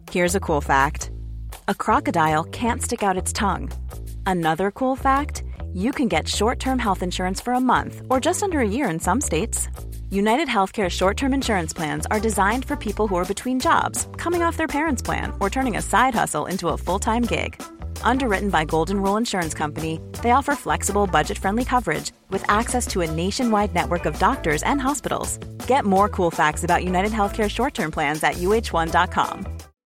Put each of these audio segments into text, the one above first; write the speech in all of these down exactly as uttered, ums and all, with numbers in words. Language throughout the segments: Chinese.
Here's a cool fact. A crocodile can't stick out its tongue. Another cool fact, you can get short-term health insurance for a month or just under a year in some states. United Healthcare short-term insurance plans are designed for people who are between jobs, coming off their parents' plan, or turning a side hustle into a full-time gig. Underwritten by Golden Rule Insurance Company, they offer flexible, budget-friendly coverage with access to a nationwide network of doctors and hospitals. Get more cool facts about United Healthcare short-term plans at U H one dot com.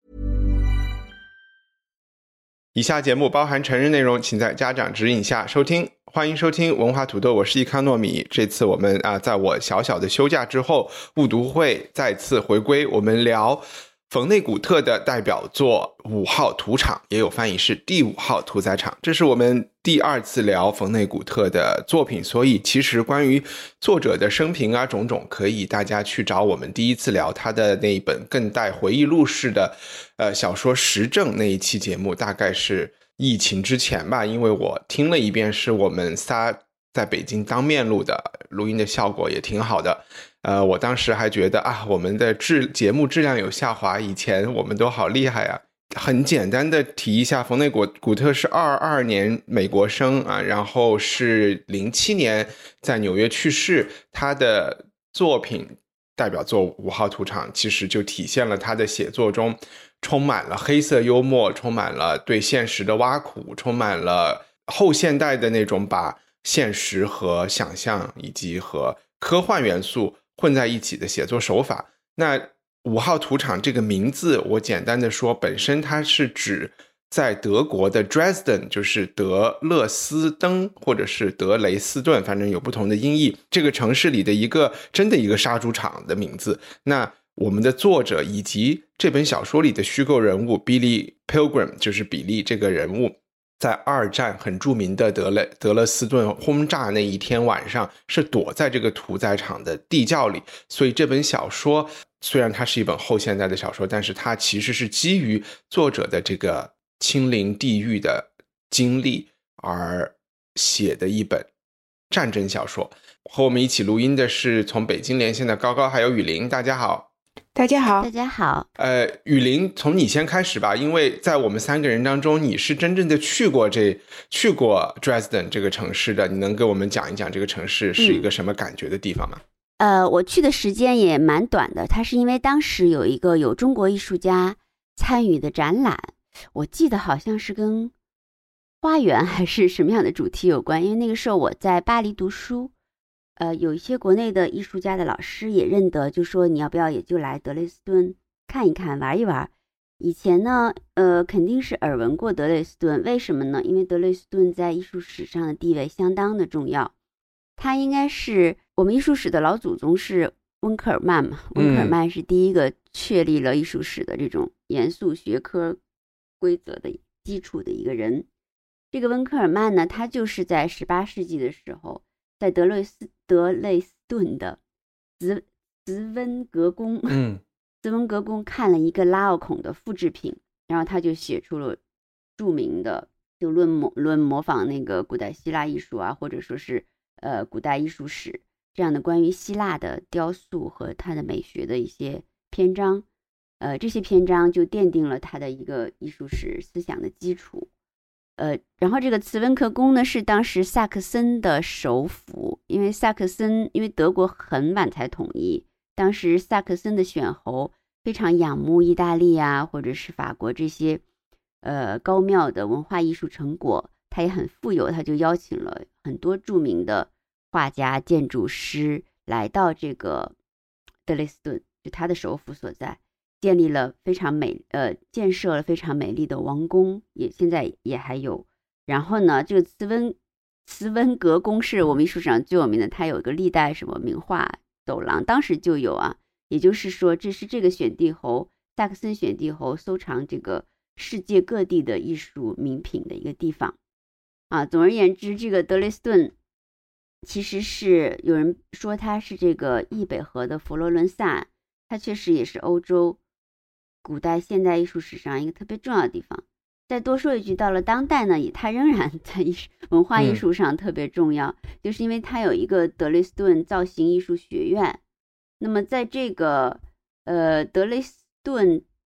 以下节目包含成人内容，请在家长指引下收听。欢迎收听文化土豆，我是易康糯米。这次我们啊，在我小小的休假之后，误读会再次回归，我们聊冯内古特的代表作五号屠场，也有翻译是第五号屠宰场。这是我们第二次聊冯内古特的作品，所以其实关于作者的生平啊种种，可以大家去找我们第一次聊他的那一本更带回忆录式的呃小说时政那一期节目，大概是疫情之前吧，因为我听了一遍，是我们仨在北京当面录的，录音的效果也挺好的。呃，我当时还觉得啊，我们的质节目质量有下滑，以前我们都好厉害啊。很简单的提一下，冯内古特是二二年美国生啊，然后是零七年在纽约去世。他的作品代表作五号屠场其实就体现了他的写作中充满了黑色幽默，充满了对现实的挖苦，充满了后现代的那种把现实和想象以及和科幻元素混在一起的写作手法。那五号屠场这个名字我简单的说，本身它是指在德国的 Dresden， 就是德勒斯登或者是德雷斯顿，反正有不同的音译，这个城市里的一个真的一个杀猪场的名字。那我们的作者以及这本小说里的虚构人物 Billy Pilgrim， 就是比利这个人物，在二战很著名的德勒德勒斯顿轰炸那一天晚上是躲在这个屠宰场的地窖里，所以这本小说虽然它是一本后现代的小说，但是它其实是基于作者的这个亲临地狱的经历而写的一本战争小说。和我们一起录音的是从北京连线的高高还有雨林，大家好。 大家好， 大家好。 呃，雨林，从你先开始吧，因为在我们三个人当中，你是真正的去过这去过 Dresden 这个城市的，你能给我们讲一讲这个城市是一个什么感觉的地方吗？ 嗯、呃，我去的时间也蛮短的，它是因为当时有一个有中国艺术家参与的展览，我记得好像是跟花园还是什么样的主题有关，因为那个时候我在巴黎读书。呃，有一些国内的艺术家的老师也认得，就说你要不要也就来德累斯顿看一看玩一玩。以前呢呃，肯定是耳闻过德累斯顿，为什么呢？因为德累斯顿在艺术史上的地位相当的重要，他应该是我们艺术史的老祖宗是温克尔曼嘛，温克尔曼是第一个确立了艺术史的这种严肃学科规则的基础的一个人。这个温克尔曼呢，他就是在十八世纪的时候在德累斯德累斯顿的茨茨温格宫，嗯，茨温格宫看了一个拉奥孔的复制品，然后他就写出了著名的，就论模论模仿那个古代希腊艺术啊，或者说是呃古代艺术史这样的关于希腊的雕塑和它的美学的一些篇章，呃，这些篇章就奠定了他的一个艺术史思想的基础。呃，然后这个茨温克宫呢是当时萨克森的首府，因为萨克森因为德国很晚才统一，当时萨克森的选侯非常仰慕意大利啊或者是法国这些呃高妙的文化艺术成果，他也很富有，他就邀请了很多著名的画家建筑师来到这个德累斯顿，就他的首府所在，建立了非常美呃建设了非常美丽的王宫，也现在也还有。然后呢，这个茨温茨温格宫是我们艺术史上最有名的，它有一个历代什么名画走廊，当时就有啊，也就是说这是这个选帝侯萨克森选帝侯收藏这个世界各地的艺术名品的一个地方啊。总而言之，这个德累斯顿其实是有人说它是这个易北河的佛罗伦萨，它确实也是欧洲古代现代艺术史上一个特别重要的地方。再多说一句，到了当代呢，也它仍然在艺术文化艺术上特别重要、嗯、就是因为它有一个德累斯顿造型艺术学院。那么在这个呃德累斯顿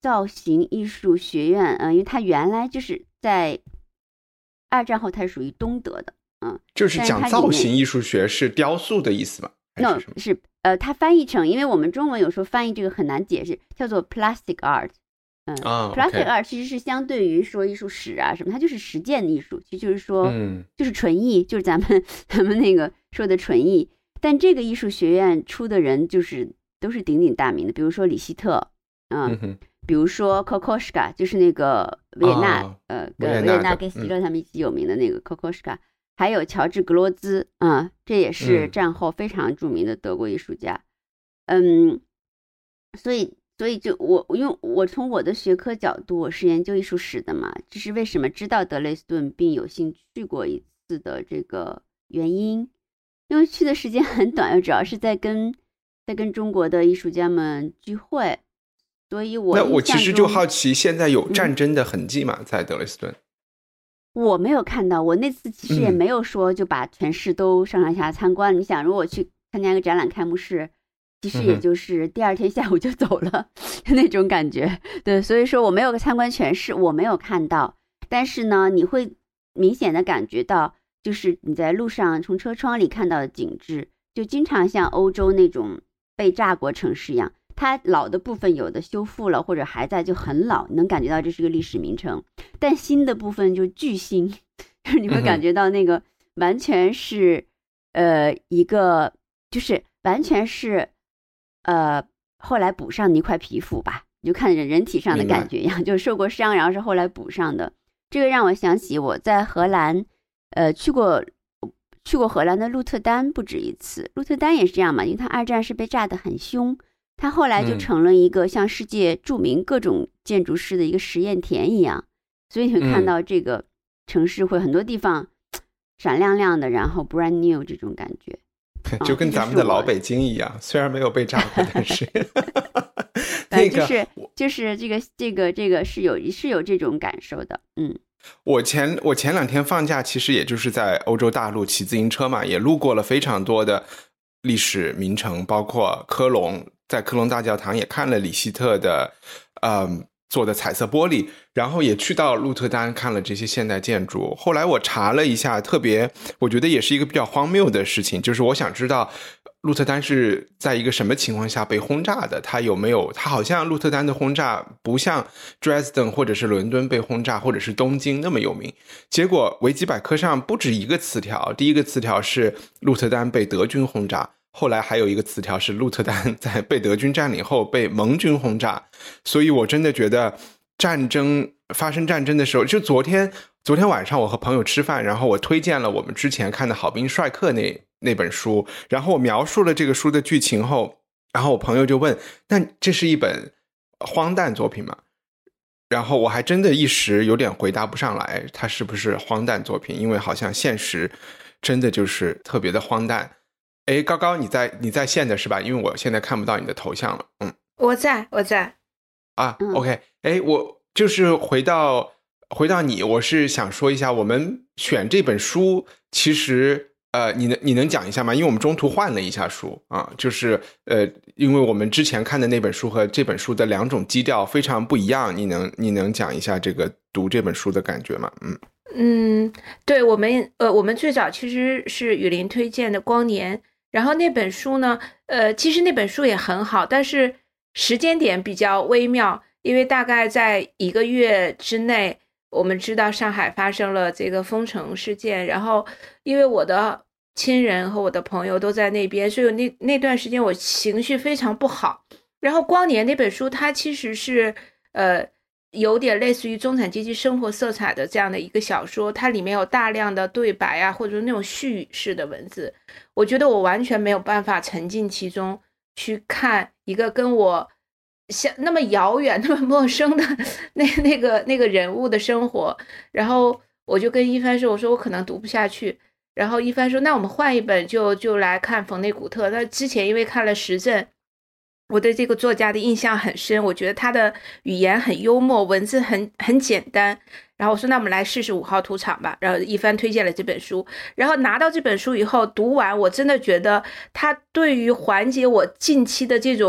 造型艺术学院，嗯、呃，因为它原来就是在二战后它是属于东德的，嗯， 就是讲造型艺术学是雕塑的意思吗？ no 是, 是呃，它翻译成，因为我们中文有时候翻译这个很难解释，叫做 plastic art。嗯、 啊、 plastic okay. art 其实是相对于说艺术史啊什么，它就是实践艺术，其实就是说， 嗯， 就是纯艺，就是咱们咱们那个说的纯艺。但这个艺术学院出的人就是都是鼎鼎大名的，比如说李希特，嗯，嗯比如说 Kokoschka， 就是那个维也纳，哦、呃，跟维也纳跟希特他们一起有名的那个 Kokoschka，、嗯、还有乔治格罗兹，啊、嗯，这也是战后非常著名的德国艺术家，嗯，嗯所以。所以就我因为我从我的学科角度，我是研究艺术史的嘛，这是为什么知道德累斯顿并有幸去过一次的这个原因。因为去的时间很短，又主要是在跟在跟中国的艺术家们聚会，所以我那我其实就好奇，现在有战争的痕迹吗？嗯、在德累斯顿？ 我没有看到，我那次其实也没有说就把全市都上上下参观。嗯、你想，如果我去参加一个展览开幕式。其实也就是第二天下午就走了、嗯、那种感觉，对，所以说我没有参观全市，我没有看到，但是呢，你会明显的感觉到，就是你在路上从车窗里看到的景致，就经常像欧洲那种被炸过城市一样，它老的部分有的修复了或者还在，就很老，能感觉到这是个历史名城，但新的部分就巨新，就是你会感觉到那个完全是、嗯、呃一个就是完全是。呃，后来补上的一块皮肤吧，你就看人人体上的感觉一样，就是受过伤，然后是后来补上的。这个让我想起我在荷兰，呃，去过去过荷兰的鹿特丹不止一次。鹿特丹也是这样嘛，因为它二战是被炸得很凶，它后来就成了一个像世界著名各种建筑师的一个实验田一样，所以你会看到这个城市会很多地方闪亮亮的，然后 brand new 这种感觉。 就跟咱们的老北京一样，哦、虽然没有被炸过，但是那个就是就是这个这个这个是有是有这种感受的，嗯。 我前我前两天放假，其实也就是在欧洲大陆骑自行车嘛，也路过了非常多的历史名城，包括科隆，在科隆大教堂也看了李希特的，嗯。做的彩色玻璃，然后也去到鹿特丹看了这些现代建筑。后来我查了一下，特别我觉得也是一个比较荒谬的事情，就是我想知道鹿特丹是在一个什么情况下被轰炸的，它有没有它好像鹿特丹的轰炸不像 Dresden 或者是伦敦被轰炸或者是东京那么有名。结果维基百科上不止一个词条，第一个词条是鹿特丹被德军轰炸，后来还有一个词条是鹿特丹在被德军占领后被盟军轰炸。所以我真的觉得战争发生战争的时候，就昨天昨天晚上我和朋友吃饭，然后我推荐了我们之前看的好兵帅克那那本书，然后我描述了这个书的剧情后，然后我朋友就问，那这是一本荒诞作品吗？然后我还真的一时有点回答不上来它是不是荒诞作品，因为好像现实真的就是特别的荒诞。诶，高高你在你在线的是吧？因为我现在看不到你的头像了。嗯， 我在我在啊、嗯、OK。 诶，我就是回到回到你，我是想说一下我们选这本书其实呃，你能你能讲一下吗？因为我们中途换了一下书啊，就是呃，因为我们之前看的那本书和这本书的两种基调非常不一样，你能你能讲一下这个读这本书的感觉吗？嗯嗯，对，我们呃我们最早其实是雨林推荐的《光年》，然后那本书呢，呃，其实那本书也很好，但是时间点比较微妙，因为大概在一个月之内，我们知道上海发生了这个封城事件，然后因为我的亲人和我的朋友都在那边，所以那那段时间我情绪非常不好。然后《光年》那本书，它其实是呃有点类似于中产阶级生活色彩的这样的一个小说，它里面有大量的对白啊，或者那种絮语式的文字，我觉得我完全没有办法沉浸其中去看一个跟我像那么遥远那么陌生的那那个那个人物的生活。然后我就跟一帆说，我说我可能读不下去，然后一帆说那我们换一本，就就来看冯内古特。那之前因为看了时政，我对这个作家的印象很深，我觉得他的语言很幽默，文字很很简单，然后我说那我们来试试五号土场吧，然后一帆推荐了这本书，然后拿到这本书以后读完，我真的觉得他对于缓解我近期的这种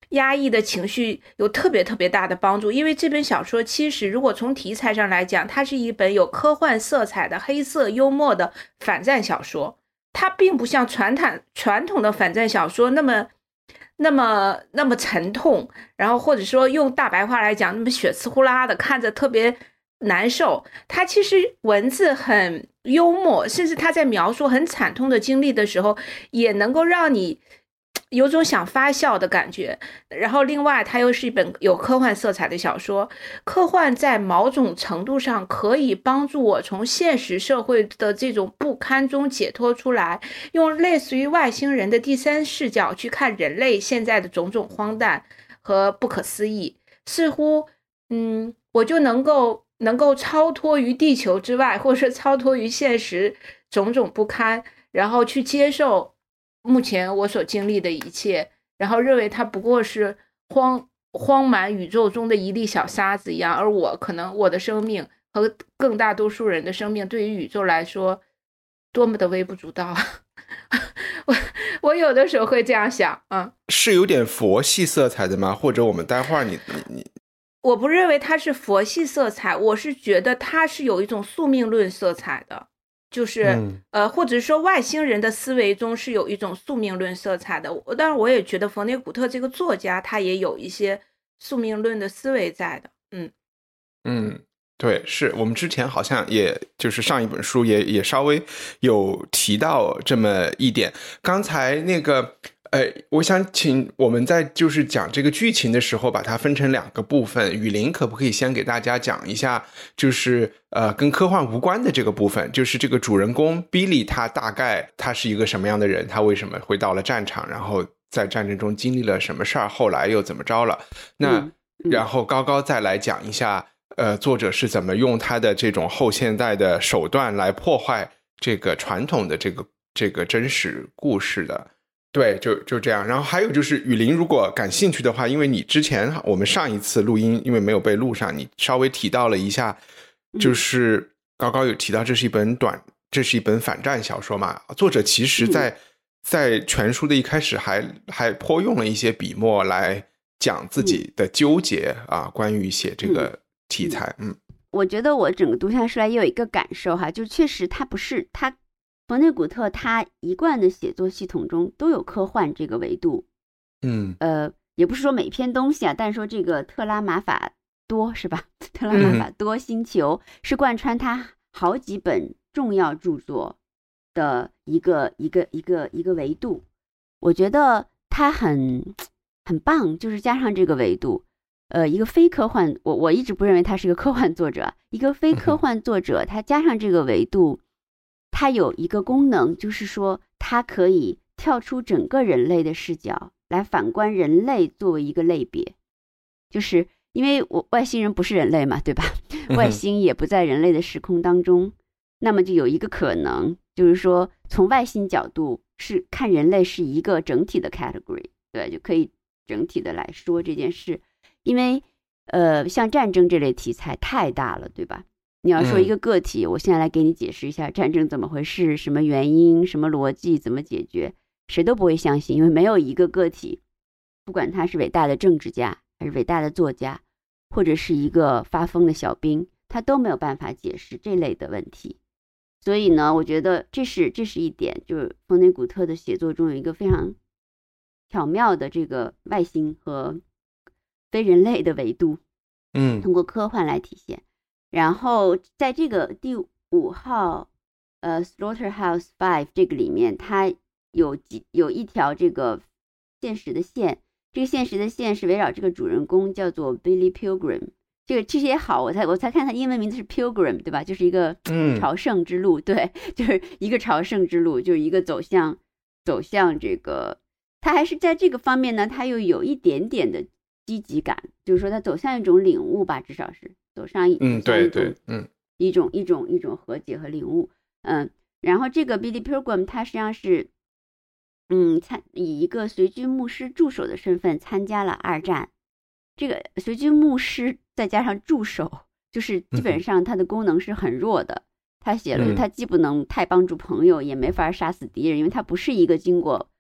压抑的情绪有特别特别大的帮助。因为这本小说其实如果从题材上来讲，它是一本有科幻色彩的黑色幽默的反战小说，它并不像传统传统的反战小说那么那么那么沉痛，然后或者说用大白话来讲那么血呲呼啦的，看着特别难受。它其实文字很幽默，甚至他在描述很惨痛的经历的时候也能够让你有种想发笑的感觉。然后另外它又是一本有科幻色彩的小说，科幻在某种程度上可以帮助我从现实社会的这种不堪中解脱出来，用类似于外星人的第三视角去看人类现在的种种荒诞和不可思议。似乎嗯，我就能够能够超脱于地球之外，或者是超脱于现实种种不堪，然后去接受目前我所经历的一切，然后认为它不过是荒荒蛮宇宙中的一粒小沙子一样，而我可能我的生命和更大多数人的生命对于宇宙来说多么的微不足道。我我有的时候会这样想啊， 是有点佛系色彩的吗？或者我们待会儿你你你， 我不认为它是佛系色彩，我是觉得它是有一种宿命论色彩的。就是、嗯、呃，或者说外星人的思维中是有一种宿命论色彩的。当然我也觉得冯内古特这个作家他也有一些宿命论的思维在的。嗯嗯，对，是我们之前好像也就是上一本书也也稍微有提到这么一点。刚才那个呃，我想请我们在就是讲这个剧情的时候把它分成两个部分。雨林可不可以先给大家讲一下就是呃跟科幻无关的这个部分，就是这个主人公 Billy 他大概他是一个什么样的人，他为什么会到了战场，然后在战争中经历了什么事儿，后来又怎么着了。那、嗯嗯、然后高高再来讲一下呃作者是怎么用他的这种后现代的手段来破坏这个传统的这个这个真实故事的。对，就就这样。然后还有就是雨林如果感兴趣的话，因为你之前我们上一次录音因为没有被录上，你稍微提到了一下，就是高高有提到这是一本短这是一本反战小说嘛，作者其实在在全书的一开始还还颇用了一些笔墨来讲自己的纠结啊，关于写这个题材。嗯， 我觉得我整个读下来也有一个感受哈，就确实他不是他冯内古特他一贯的写作系统中都有科幻这个维度。 嗯， 呃，也不是说每篇东西啊，但是说这个特拉马法多是吧？特拉马法多星球、嗯、是贯穿他好几本重要著作的一个一个一个一个维度。我觉得他很很棒，就是加上这个维度，呃，一个非科幻，我我一直不认为他是个科幻作者，一个非科幻作者，他加上这个维度。它有一个功能，就是说它可以跳出整个人类的视角来反观人类作为一个类别，就是因为我外星人不是人类嘛，对吧？外星也不在人类的时空当中，那么就有一个可能，就是说从外星角度是看人类是一个整体的 category， 对，就可以整体的来说这件事。因为呃，像战争这类题材太大了，对吧？你要说一个个体、嗯、我现在来给你解释一下战争怎么回事，什么原因，什么逻辑，怎么解决，谁都不会相信，因为没有一个个体，不管他是伟大的政治家还是伟大的作家，或者是一个发疯的小兵，他都没有办法解释这类的问题。所以呢，我觉得这是这是一点，就是冯内古特的写作中有一个非常巧妙的这个外星和非人类的维度， 嗯， 通过科幻来体现。然后在这个第五号呃 Slaughterhouse Five 这个里面，它有几有一条这个现实的线，这个现实的线是围绕这个主人公叫做 Billy Pilgrim。这个其实也好，我才我才看他英文名字是 Pilgrim， 对吧？就是一个朝圣之路，嗯、对，就是一个朝圣之路，就是一个走向走向这个，他还是在这个方面呢，他又有一点点的积极感，就是说他走向一种领悟吧，至少是。走上一嗯对对嗯一种一种一种和解和领悟。嗯，然后这个 Billy Pilgrim 他实际上是嗯参以一个随军牧师助手的身份参加了二战。这个随军牧师再加上助手，就是基本上他的功能是很弱的。嗯、他写了他既不能太帮助朋友，也没法杀死敌人，因为他不是一个经过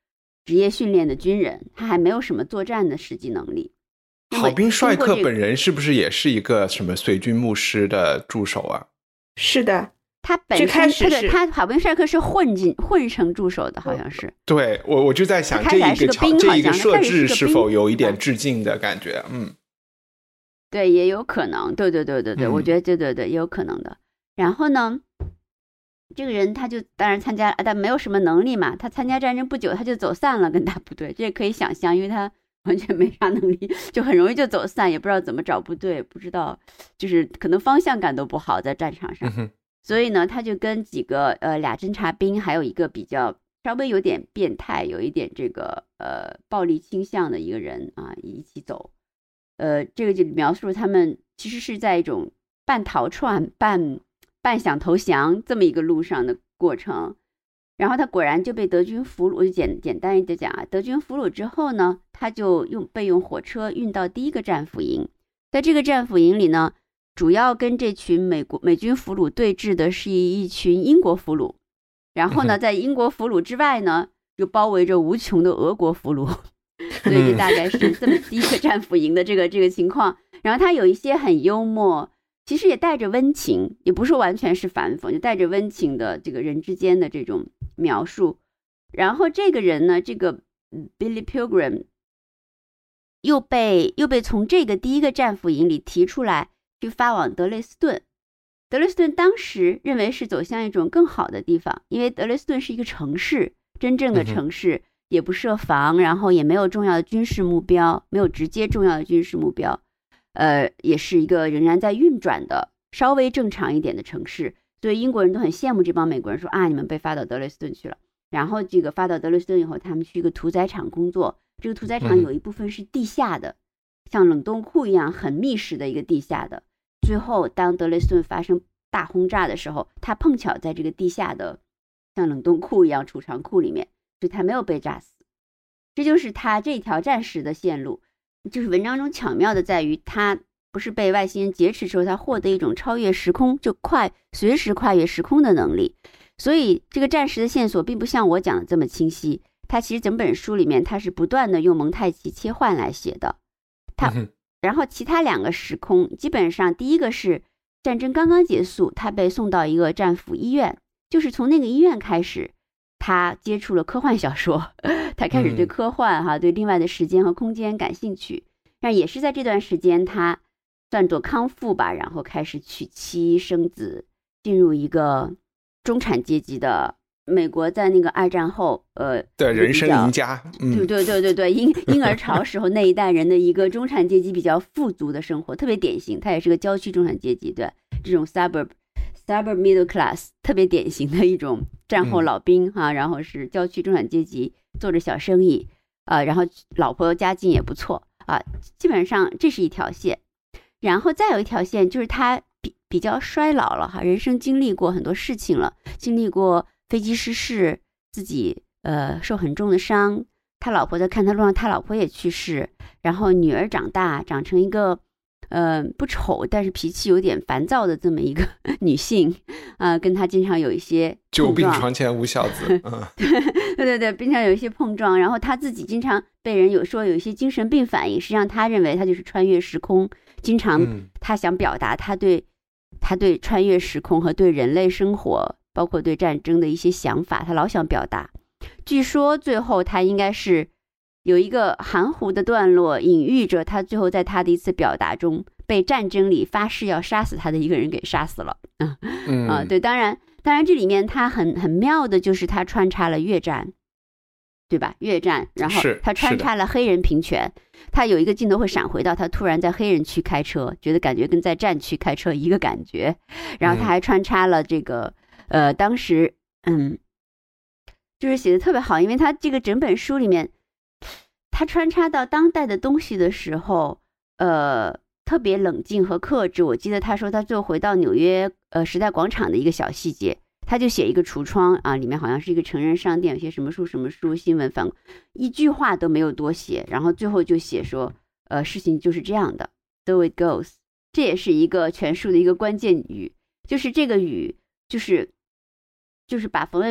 职业训练的军人，他还没有什么作战的实际能力。 郝宾帅克本人是不是也是一个什么随军牧师的助手啊？ 是的， 他本身他的他郝宾帅克是混进混成助手的，好像是。 对，我我就在想这一个桥这一个设置是否有一点致敬的感觉？嗯， 对，也有可能。对对对对对，嗯、我觉得对对对也有可能的。然后呢，这个人他就当然参加，但没有什么能力嘛。他参加战争不久，他就走散了，跟大部队，这也可以想象，因为他完全没啥能力，就很容易就走散，也不知道怎么找部队，不知道就是可能方向感都不好在战场上。嗯、所以呢，他就跟几个呃俩侦察兵，还有一个比较稍微有点变态，有一点这个呃暴力倾向的一个人啊一起走。呃，这个就描述他们其实是在一种半逃窜、半半想投降这么一个路上的过程。然后他果然就被德军俘虏，我就简简单一点讲啊，德军俘虏之后呢，他就用被用火车运到第一个战俘营。在这个战俘营里呢，主要跟这群美国美军俘虏对峙的是一群英国俘虏。然后呢，在英国俘虏之外呢，就包围着无穷的俄国俘虏。所以就大概是这么第一个战俘营的这个这个情况。然后他有一些很幽默，其实也带着温情，也不是完全是反讽，就带着温情的这个人之间的这种描述。然后这个人呢，这个 Billy Pilgrim 又被又被从这个第一个战俘营里提出来，去发往德累斯顿。德累斯顿当时认为是走向一种更好的地方，因为德累斯顿是一个城市，真正的城市，也不设防，然后也没有重要的军事目标，没有直接重要的军事目标。呃，也是一个仍然在运转的稍微正常一点的城市，所以英国人都很羡慕这帮美国人，说啊，你们被发到德累斯顿去了。然后这个发到德累斯顿以后，他们去一个屠宰场工作，这个屠宰场有一部分是地下的，嗯、像冷冻库一样很密实的一个地下的。最后当德累斯顿发生大轰炸的时候，他碰巧在这个地下的像冷冻库一样储藏库里面，所以他没有被炸死。这就是他这条战时的线路。就是文章中巧妙的在于，他不是被外星人劫持之后，他获得一种超越时空，就快随时跨越时空的能力。所以这个战时的线索并不像我讲的这么清晰，他其实整本书里面他是不断的用蒙太奇切换来写的。他然后其他两个时空基本上，第一个是战争刚刚结束，他被送到一个战俘医院，就是从那个医院开始，他接触了科幻小说，他开始对科幻哈、啊、对另外的时间和空间感兴趣。但也是在这段时间，他算作康复吧，然后开始娶妻生子，进入一个中产阶级的美国，在那个二战后，呃， 对人生赢家， 嗯、对对对对对，婴婴儿潮时候那一代人的一个中产阶级比较富足的生活，特别典型。他也是个郊区中产阶级，对这种 suburb suburb middle class 特别典型的一种战后老兵哈、嗯啊，然后是郊区中产阶级，做着小生意啊、呃，然后老婆家境也不错啊，基本上这是一条线。然后再有一条线就是他比比较衰老了哈，人生经历过很多事情了，经历过飞机失事，自己呃受很重的伤，他老婆在看他路上，他老婆也去世，然后女儿长大，长成一个呃不丑但是脾气有点烦躁的这么一个女性啊、呃，跟他经常有一些久病床前无孝子，嗯， 对对对，经常有一些碰撞，然后他自己经常被人有说有一些精神病反应，实际上他认为他就是穿越时空，经常他想表达他对、嗯、他对穿越时空和对人类生活包括对战争的一些想法，他老想表达。据说最后他应该是有一个含糊的段落，隐喻着他最后在他的一次表达中被战争里发誓要杀死他的一个人给杀死了。嗯啊，对，当然当然这里面他很很妙的就是他穿插了越战，对吧？越战，然后他穿插了黑人平权，他有一个镜头会闪回到他突然在黑人区开车，觉得感觉跟在战区开车一个感觉。然后他还穿插了这个、嗯、呃，当时嗯，就是写的特别好，因为他这个整本书里面，他穿插到当代的东西的时候，呃，特别冷静和克制。我记得他说他最后回到纽约呃时代广场的一个小细节。他就写一个橱窗啊，里面好像是一个成人商店，有些什么书什么书新闻反，一句话都没有多写，然后最后就写说，呃，事情就是这样的 ，so it goes。这也是一个全书的一个关键语，就是这个语，就是就是把冯卫古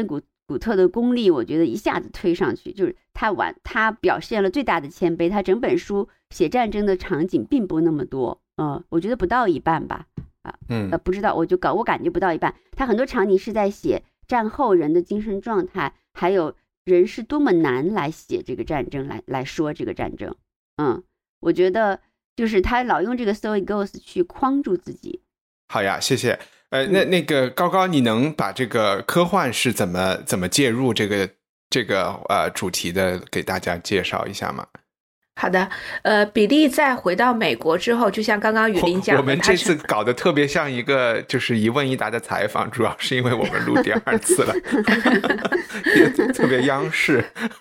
古特的功力我觉得一下子推上去，就是他完他表现了最大的谦卑，他整本书写战争的场景并不那么多，呃，我觉得不到一半吧，啊， 嗯， 呃，不知道，我就搞我感觉不到一半，他很多场景是在写战后人的精神状态，还有人是多么难来写这个战争，来来说这个战争，嗯，我觉得就是他老用这个 so it goes 去框住自己。 好呀，谢谢。呃，那那个高高，你能把这个科幻是怎么怎么介入这个这个呃主题的给大家介绍一下吗？ 好的，呃，比利在回到美国之后，就像刚刚雨林讲的， 我, 我们这次搞得特别像一个就是一问一答的采访，主要是因为我们录第二次了，特别央视。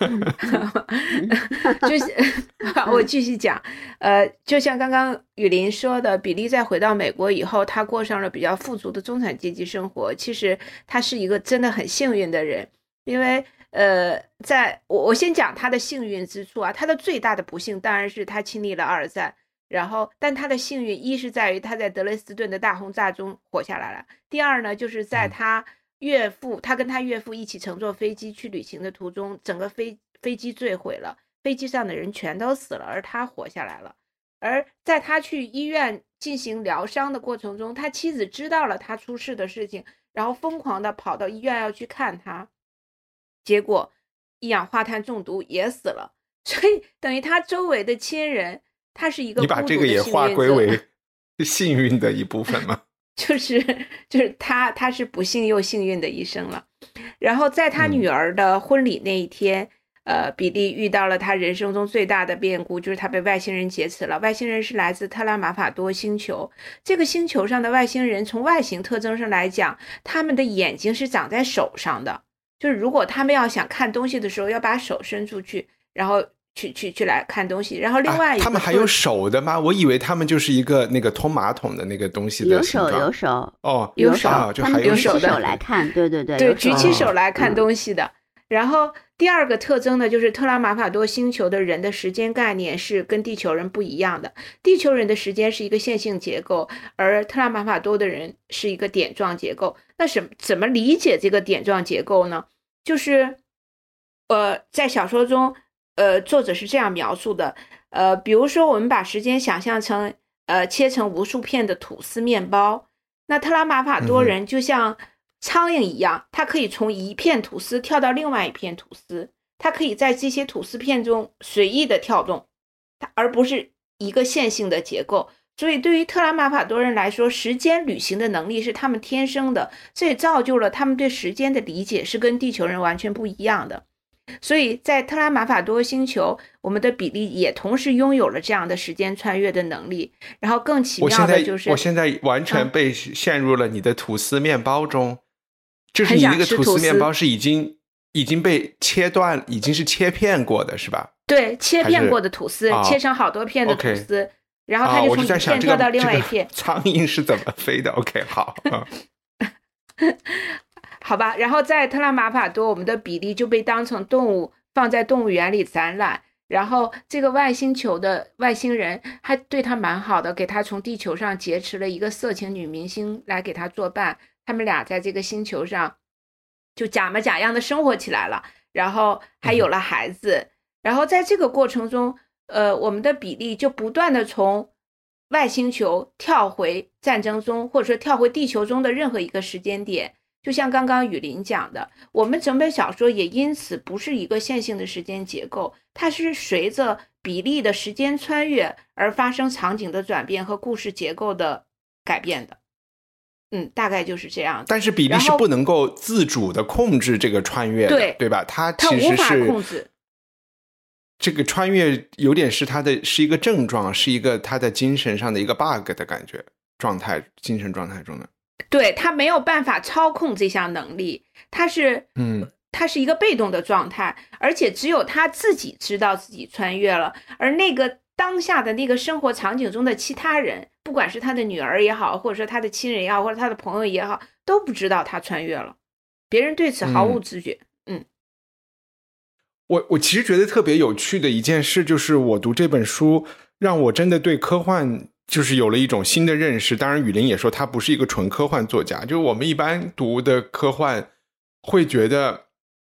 就是我继续讲，呃，就像刚刚雨林说的，比利在回到美国以后，他过上了比较富足的中产阶级生活。其实他是一个真的很幸运的人，因为。呃，在我我先讲他的幸运之处啊，他的最大的不幸当然是他经历了二战，然后但他的幸运一是在于他在德累斯顿的大轰炸中活下来了，第二呢就是在他岳父他跟他岳父一起乘坐飞机去旅行的途中，整个飞飞机坠毁了，飞机上的人全都死了，而他活下来了。而在他去医院进行疗伤的过程中，他妻子知道了他出事的事情，然后疯狂的跑到医院要去看他，结果一氧化碳中毒也死了，所以等于他周围的亲人，他是一个孤独的幸运者。 你把这个也划归为幸运的一部分吗？ 就是就是他他是不幸又幸运的一生了。然后在他女儿的婚礼那一天，嗯、呃，比利遇到了他人生中最大的变故，就是他被外星人劫持了。外星人是来自特拉马法多星球，这个星球上的外星人从外形特征上来讲，他们的眼睛是长在手上的。就是如果他们要想看东西的时候，要把手伸出去，然后去去去来看东西。然后另外一个、 啊、他们还有手的吗？我以为他们就是一个那个通马桶的那个东西的形状。 有手有手哦， 有手， 啊、就还有他们举起手来看，对对对， 对，举起手来看东西的。 嗯、 然后第二个特征呢，就是特拉马法多星球的人的时间概念是跟地球人不一样的。地球人的时间是一个线性结构，而特拉马法多的人是一个点状结构。那什怎么理解这个点状结构呢？就是呃，在小说中呃，作者是这样描述的，呃，比如说我们把时间想象成呃切成无数片的吐司面包，那特拉马法多人就像苍蝇一样，他可以从一片吐司跳到另外一片吐司，他可以在这些吐司片中随意的跳动，而不是一个线性的结构。所以对于特拉马法多人来说，时间旅行的能力是他们天生的，这也造就了他们对时间的理解是跟地球人完全不一样的。所以在特拉马法多星球，我们的比利也同时拥有了这样的时间穿越的能力。然后更奇妙的就是， 我现在, 我现在完全被陷入了你的吐司面包中，嗯、就是你那个吐司面包是已经已经被切断，已经是切片过的，是吧？ 对，切片过的吐司， 哦、 切成好多片的吐司。 Okay. 然后他就从一片跳到另外一片、 哦、苍蝇是怎么飞的 OK 好、 嗯、好吧。然后在特拉马法多，我们的比利就被当成动物放在动物园里展览，然后这个外星球的外星人还对他蛮好的，给他从地球上劫持了一个色情女明星来给他作伴，他们俩在这个星球上就假模假样的生活起来了，然后还有了孩子、嗯、然后在这个过程中呃，我们的比利就不断的从外星球跳回战争中，或者说跳回地球中的任何一个时间点。就像刚刚雨林讲的，我们整本小说也因此不是一个线性的时间结构，它是随着比利的时间穿越而发生场景的转变和故事结构的改变的。嗯，大概就是这样。 但是比利是不能够自主的控制这个穿越的， 对, 对吧？他其实是他无法控制。 这个穿越有点是他的是一个症状，是一个他的精神上的一个 bug 的感觉状态，精神状态中的。 对，他没有办法操控这项能力，他是嗯， 他是一个被动的状态，而且只有他自己知道自己穿越了，而那个当下的那个生活场景中的其他人，不管是他的女儿也好，或者说他的亲人也好，或者他的朋友也好，都不知道他穿越了，别人对此毫无知觉。嗯。嗯我我其实觉得特别有趣的一件事，就是我读这本书让我真的对科幻就是有了一种新的认识。当然雨林也说他不是一个纯科幻作家，就是我们一般读的科幻会觉得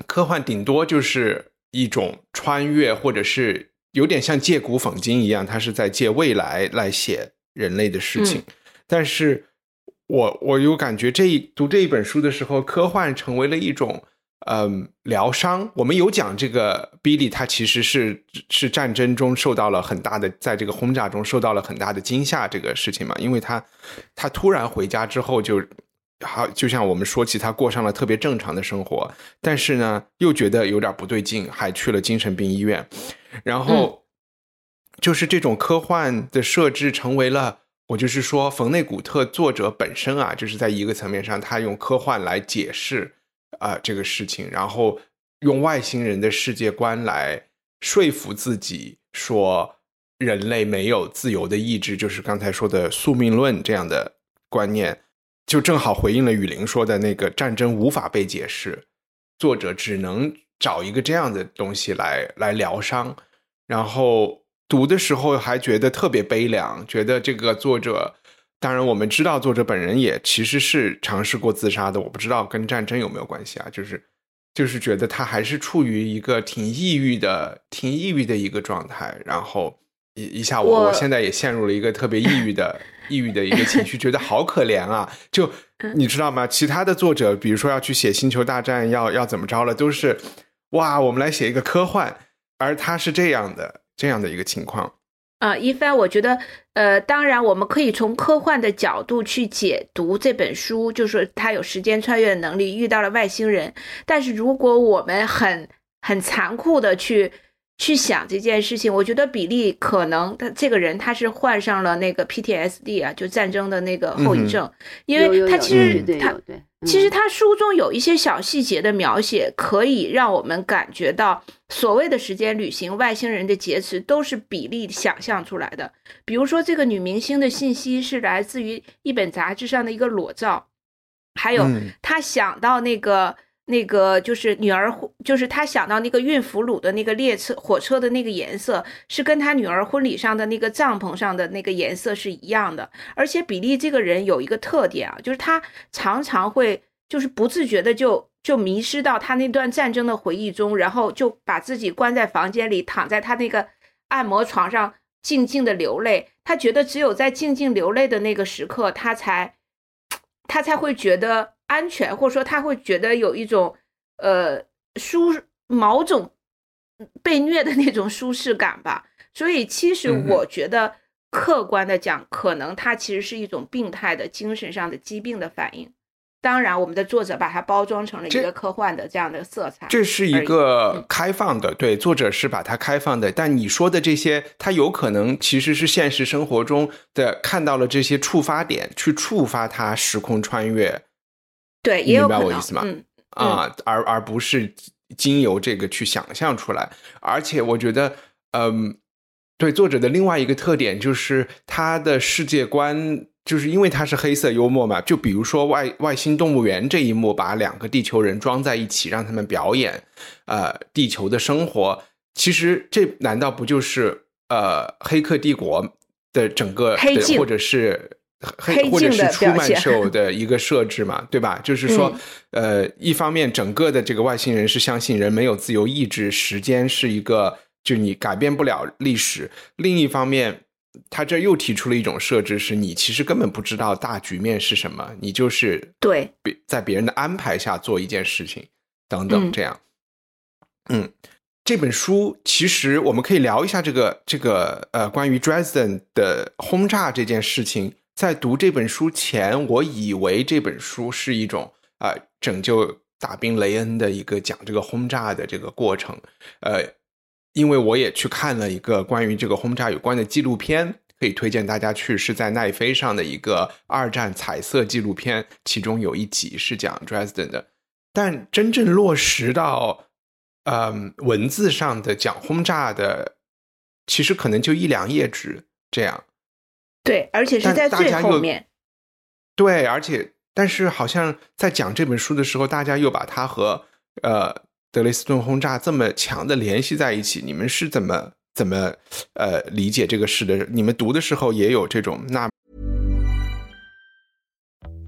科幻顶多就是一种穿越，或者是有点像借古讽今一样，它是在借未来来写人类的事情。嗯、但是我我有感觉这一读这一本书的时候，科幻成为了一种嗯疗伤。我们有讲这个 Billy 他其实是是战争中受到了很大的，在这个轰炸中受到了很大的惊吓这个事情嘛，因为他他突然回家之后就好，就像我们说起他过上了特别正常的生活，但是呢又觉得有点不对劲，还去了精神病医院。然后就是这种科幻的设置成为了，我就是说冯内古特作者本身啊，就是在一个层面上他用科幻来解释啊、呃、这个事情，然后用外星人的世界观来说服自己说人类没有自由的意志，就是刚才说的宿命论这样的观念，就正好回应了雨林说的那个战争无法被解释，作者只能找一个这样的东西来来疗伤。然后读的时候还觉得特别悲凉，觉得这个作者，当然我们知道作者本人也其实是尝试过自杀的，我不知道跟战争有没有关系啊，就是就是觉得他还是处于一个挺抑郁的挺抑郁的一个状态。然后一一下我我现在也陷入了一个特别抑郁的抑郁的一个情绪，觉得好可怜啊。就你知道吗，其他的作者比如说要去写星球大战要要怎么着了，都是哇我们来写一个科幻，而他是这样的这样的一个情况。 呃，一帆，我觉得，呃，当然我们可以从科幻的角度去解读这本书，就是说他有时间穿越的能力，遇到了外星人。但是如果我们很很残酷的去去想这件事情，我觉得比利可能他这个人他是患上了那个 P T S D 啊，就战争的那个后遗症，嗯、因为他其实他。其实他书中有一些小细节的描写，可以让我们感觉到所谓的时间旅行、外星人的劫持都是比利想象出来的。比如说，这个女明星的信息是来自于一本杂志上的一个裸照，还有他想到那个、嗯、那个就是女儿，就是他想到那个运俘虏的那个列车火车的那个颜色，是跟他女儿婚礼上的那个帐篷上的那个颜色是一样的。而且比利这个人有一个特点啊，就是他常常会就是不自觉的就就迷失到他那段战争的回忆中，然后就把自己关在房间里，躺在他那个按摩床上静静的流泪。他觉得只有在静静流泪的那个时刻，他才他才会觉得安全，或者说他会觉得有一种呃舒某种被虐的那种舒适感吧。所以其实我觉得客观的讲，可能它其实是一种病态的精神上的疾病的反应。当然我们的作者把它包装成了一个科幻的这样的色彩， 这是一个开放的、嗯、对，作者是把它开放的。但你说的这些它有可能其实是现实生活中的看到了这些触发点，去触发它时空穿越。 对，也有可能， 明白我意思吗？ 嗯啊，而而不是经由这个去想象出来。而且我觉得嗯，对，作者的另外一个特点就是他的世界观，就是因为他是黑色幽默嘛，就比如说外外星动物园这一幕，把两个地球人装在一起让他们表演呃地球的生活，其实这难道不就是呃黑客帝国的整个黑镜， 或者是黑或者是出曼秀的一个设置嘛，对吧？就是说呃一方面整个的这个外星人是相信人没有自由意志，时间是一个就你改变不了历史，另一方面他这又提出了一种设置，是你其实根本不知道大局面是什么，你就是对在别人的安排下做一件事情等等这样。嗯, 嗯这本书其实我们可以聊一下这个这个呃关于 Dresden 的轰炸这件事情。在读这本书前，我以为这本书是一种啊、呃、拯救大兵雷恩的一个讲这个轰炸的这个过程，呃因为我也去看了一个关于这个轰炸有关的纪录片，可以推荐大家去，是在奈飞上的一个二战彩色纪录片，其中有一集是讲 Dresden 的。但真正落实到嗯文字上的讲轰炸的，其实可能就一两页纸这样。 对，而且是在最后面。 对，而且但是好像在讲这本书的时候，大家又把它和呃德累斯顿轰炸这么强的联系在一起，你们是怎么怎么呃理解这个事的？你们读的时候也有这种那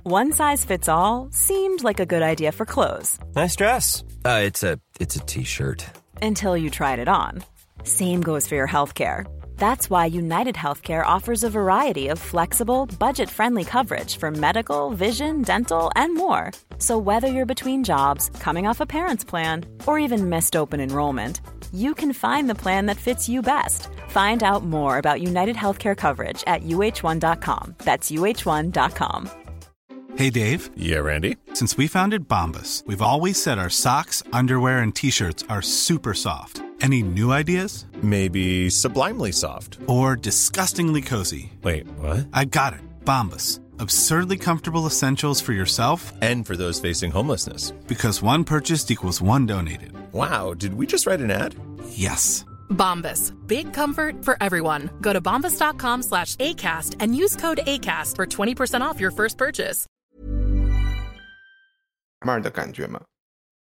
One size fits all seemed like a good idea for clothes. Nice dress. Uh, it's a it's a t-shirt. Until you tried it on. Same goes for your healthcare. That's why United Healthcare offers a variety of flexible, budget-friendly coverage for medical, vision, dental, and more. So whether you're between jobs, coming off a parent's plan, or even missed open enrollment, you can find the plan that fits you best. Find out more about United Healthcare coverage at U H one dot com. That's U H one dot com. Hey, Dave. Yeah, Randy? Since we founded Bombas, we've always said our socks, underwear, and T-shirts are super soft. Any new ideas? Maybe sublimely soft. Or disgustingly cozy. Wait, what? I got it. Bombas. Absurdly comfortable essentials for yourself and for those facing homelessness. Because one purchased equals one donated. Wow, did we just write an ad? Yes. Bombas. Big comfort for everyone. Go to bombas.com slash ACAST and use code ACAST for twenty percent off your first purchase. 慢的感觉吗？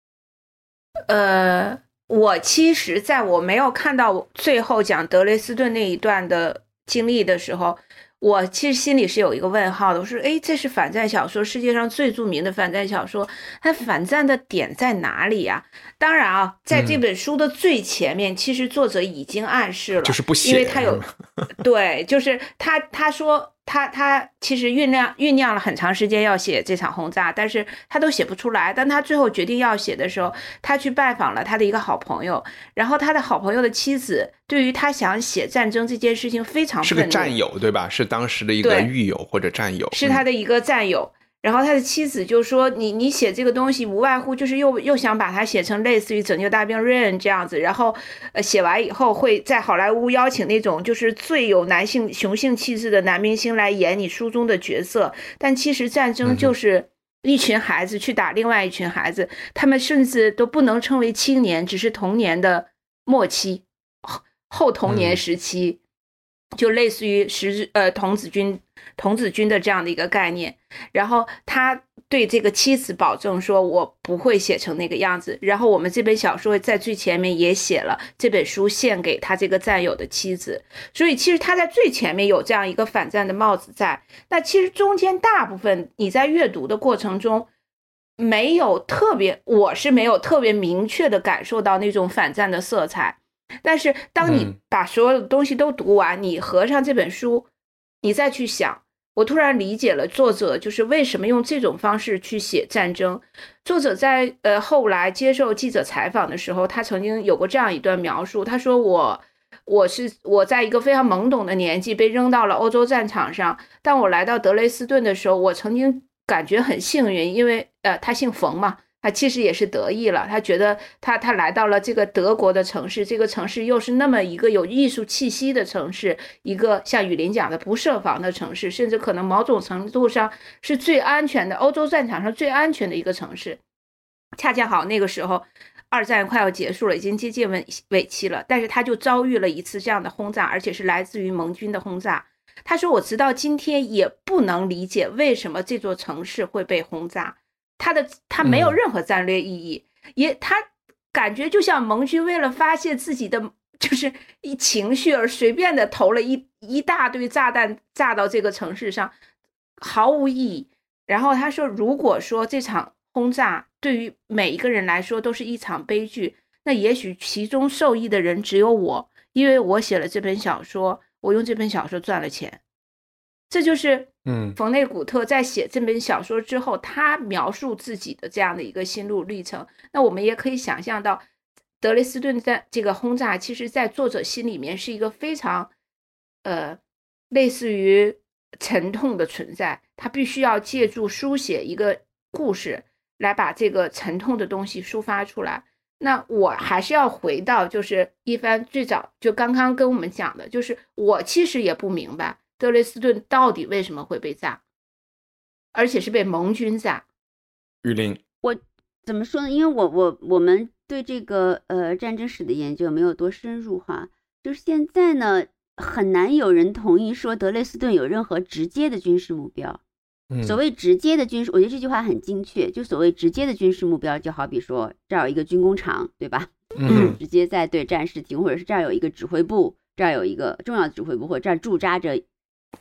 呃，我其实在我没有看到最后讲德累斯顿那一段的经历的时候，我其实心里是有一个问号的。我说，诶，这是反战小说，世界上最著名的反战小说，它反战的点在哪里呀？当然啊，在这本书的最前面，嗯、其实作者已经暗示了， 就是不写， 因为他有，对，就是他他说。他他其实酝酿酝酿了很长时间要写这场轰炸，但是他都写不出来。当他最后决定要写的时候，他去拜访了他的一个好朋友，然后他的好朋友的妻子对于他想写战争这件事情非常愤怒， 是个战友对吧？是当时的一个狱友或者战友， 是他的一个战友。嗯，然后他的妻子就说你你写这个东西无外乎就是又又想把它写成类似于拯救大兵瑞恩这样子，然后呃写完以后会在好莱坞邀请那种就是最有男性雄性气质的男明星来演你书中的角色，但其实战争就是一群孩子去打另外一群孩子，他们甚至都不能称为青年，只是童年的末期后童年时期，嗯，就类似于十呃童子军童子军的这样的一个概念。然后他对这个妻子保证说我不会写成那个样子，然后我们这本小说在最前面也写了这本书献给他这个战友的妻子，所以其实他在最前面有这样一个反战的帽子在。那其实中间大部分你在阅读的过程中没有特别，我是没有特别明确的感受到那种反战的色彩，但是当你把所有的东西都读完，嗯，你合上这本书你再去想，我突然理解了作者就是为什么用这种方式去写战争。作者在呃后来接受记者采访的时候，他曾经有过这样一段描述，他说我我是我在一个非常懵懂的年纪被扔到了欧洲战场上，当我来到德累斯顿的时候，我曾经感觉很幸运，因为呃他姓冯嘛，他其实也是得意了，他觉得他他来到了这个德国的城市，这个城市又是那么一个有艺术气息的城市，一个像雨林讲的不设防的城市，甚至可能某种程度上是最安全的，欧洲战场上最安全的一个城市。恰恰好那个时候二战快要结束了，已经接近尾尾期了，但是他就遭遇了一次这样的轰炸，而且是来自于盟军的轰炸。他说我直到今天也不能理解为什么这座城市会被轰炸，他的他没有任何战略意义，嗯，也他感觉就像盟军为了发泄自己的就是一情绪而随便的投了一一大堆炸弹炸到这个城市上，毫无意义。然后他说如果说这场轰炸对于每一个人来说都是一场悲剧，那也许其中受益的人只有我，因为我写了这本小说，我用这本小说赚了钱。这就是嗯，冯内古特在写这本小说之后，他描述自己的这样的一个心路历程。那我们也可以想象到德累斯顿的这个轰炸其实在作者心里面是一个非常呃类似于沉痛的存在，他必须要借助书写一个故事来把这个沉痛的东西抒发出来。那我还是要回到就是一帆最早就刚刚跟我们讲的，就是我其实也不明白德累斯顿到底为什么会被炸，而且是被盟军炸。 玉林， 我怎么说呢？因为我我我们对这个呃战争史的研究没有多深入哈，就是现在呢很难有人同意说德累斯顿有任何直接的军事目标。嗯，所谓直接的军事，我觉得这句话很精确。就所谓直接的军事目标，就好比说这儿有一个军工厂，对吧？嗯，直接在对战事提供，或者是这儿有一个指挥部，这儿有一个重要的指挥部，或者这儿驻扎着。 嗯，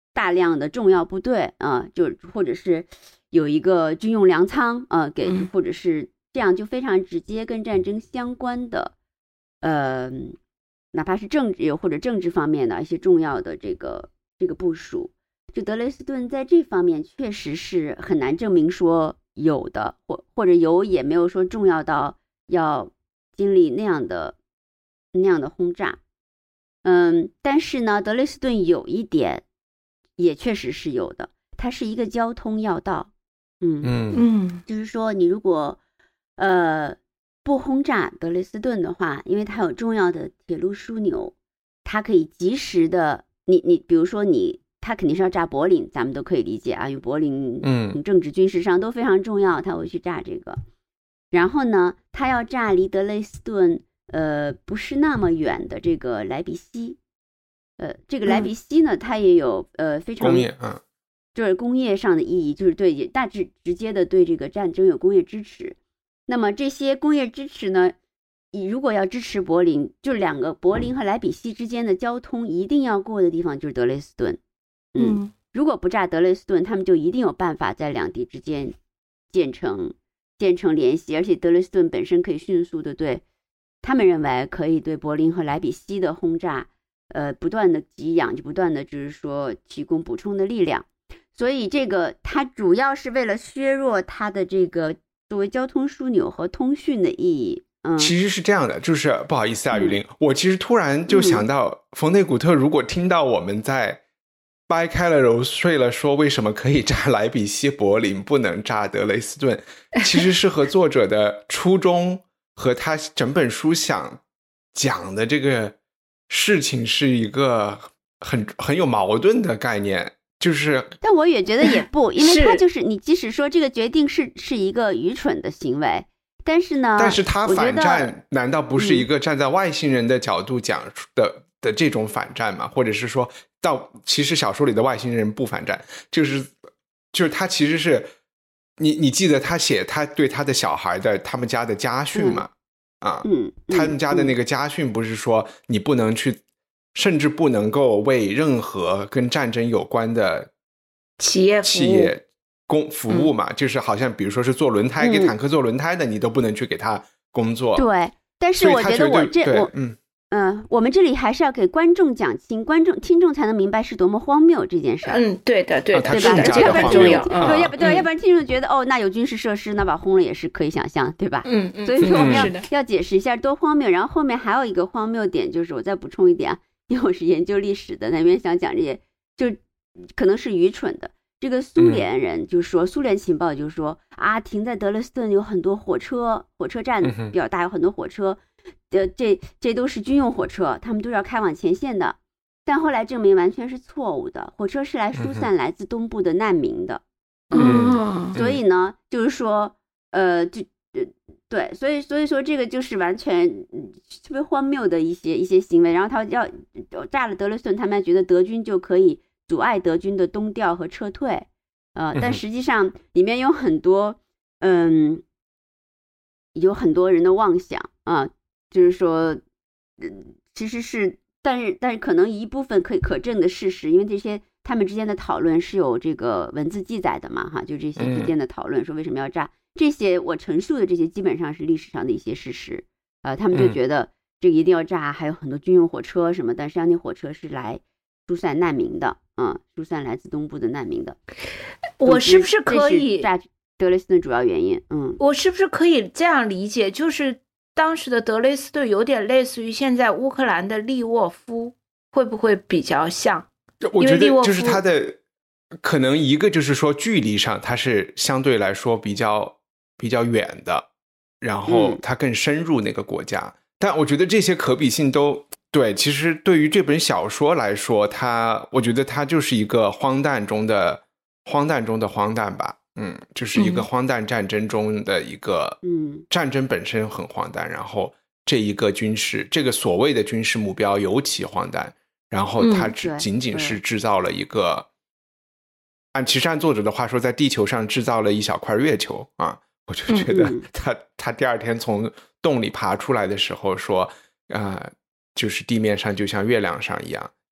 大量的重要部队啊、呃，就或者是有一个军用粮仓啊、呃，给或者是这样就非常直接跟战争相关的，呃，哪怕是政治或者政治方面的一些重要的这个这个部署，就德累斯顿在这方面确实是很难证明说有的，或或者有也没有说重要到要经历那样的那样的轰炸。嗯，但是呢，德累斯顿有一点也确实是有的，它是一个交通要道。嗯嗯嗯， 就是说你如果呃不轰炸德累斯顿的话，因为它有重要的铁路枢纽，它可以及时的，你你比如说你它肯定是要炸柏林，咱们都可以理解啊，因为柏林嗯政治军事上都非常重要，它会去炸这个。然后呢，它要炸离德累斯顿呃不是那么远的这个莱比锡，呃这个莱比锡呢，嗯、它也有呃非常工业啊， 就是工业上的意义，就是对大致直接的对这个战争有工业支持。那么这些工业支持呢，你如果要支持柏林，就两个柏林和莱比锡之间的交通一定要过的地方就是德累斯顿。嗯，如果不炸德累斯顿，他们就一定有办法在两地之间建成建成联系，而且德累斯顿本身可以迅速的对他们认为可以对柏林和莱比锡的轰炸，呃，不断的给养，就不断的就是说提供补充的力量。所以这个它主要是为了削弱它的这个作为交通枢纽和通讯的意义。嗯， 其实是这样的，就是不好意思啊，雨林、嗯，我其实突然就想到，冯内古特如果听到我们在掰开了揉碎了说为什么可以炸莱比锡柏林不能炸德累斯顿，其实是和作者的初衷和他整本书想讲的这个事情是一个很很有矛盾的概念。就是， 但我也觉得也不，因为他就是你，即使说这个决定是是一个愚蠢的行为，但是呢， 但是他反战难道不是一个站在外星人的角度讲的、嗯、的这种反战吗？或者是说到其实小说里的外星人不反战，就是就是他其实是你你记得他写他对他的小孩的他们家的家训吗？嗯、啊， 嗯， 他们家的那个家训不是说你不能去。甚至不能够为任何跟战争有关的企业企业工服务嘛、嗯、就是好像比如说是做轮胎、嗯、给坦克做轮胎的你都不能去给他工作。 对，但是我觉得我这我嗯嗯、呃，我们这里还是要给观众讲清，观众听众才能明白是多么荒谬这件事儿。 嗯，对的对的、 啊、 对吧？ 这个很重要。 对， 嗯、 要不对，要不然听众觉得哦，那有军事设施，那把轰了也是可以想象，对吧？ 嗯嗯。 所以说我们要、 嗯、 要解释一下多荒谬。然后后面还有一个荒谬点，就是我再补充一点啊。因为我是研究历史的，那边想讲这些，就可能是愚蠢的。这个苏联人就说，嗯、苏联情报就说啊，停在德累斯顿有很多火车，火车站比较大，有很多火车，呃，这这都是军用火车，他们都是要开往前线的。但后来证明完全是错误的，火车是来疏散来自东部的难民的。 嗯， 嗯所以呢，就是说，呃，就。对，所以所以说这个就是完全特别荒谬的一些一些行为。然后他要炸了德累斯顿，他们觉得德军就可以阻碍德军的东调和撤退，呃，但实际上里面有很多嗯，有很多人的妄想啊、呃，就是说，嗯，其实是，但是但是可能一部分可以可证的事实，因为这些他们之间的讨论是有这个文字记载的嘛，哈，就这些之间的讨论说为什么要炸。这些我陈述的这些基本上是历史上的一些事实，呃，他们就觉得这个一定要炸，还有很多军用火车什么的，实际上那火车是来疏散难民的，嗯，疏散来自东部的难民的。 我是不是可以炸德累斯顿主要原因？嗯， 我是不是可以这样理解，就是当时的德累斯顿有点类似于现在乌克兰的利沃夫，会不会比较像？ 我觉得就是它的可能一个就是说距离上它是相对来说比较。比较远的，然后它更深入那个国家、嗯、但我觉得这些可比性都对。其实对于这本小说来说，它我觉得它就是一个荒诞中的荒诞中的荒诞吧，嗯，就是一个荒诞战争中的一个， 嗯，战争本身很荒诞，然后这一个军事这个所谓的军事目标尤其荒诞，然后它只仅仅是制造了一个、嗯、按其实按作者的话说，在地球上制造了一小块月球啊。我就觉得他、嗯嗯、他第二天从洞里爬出来的时候说，呃，就是地面上就像月亮上一样，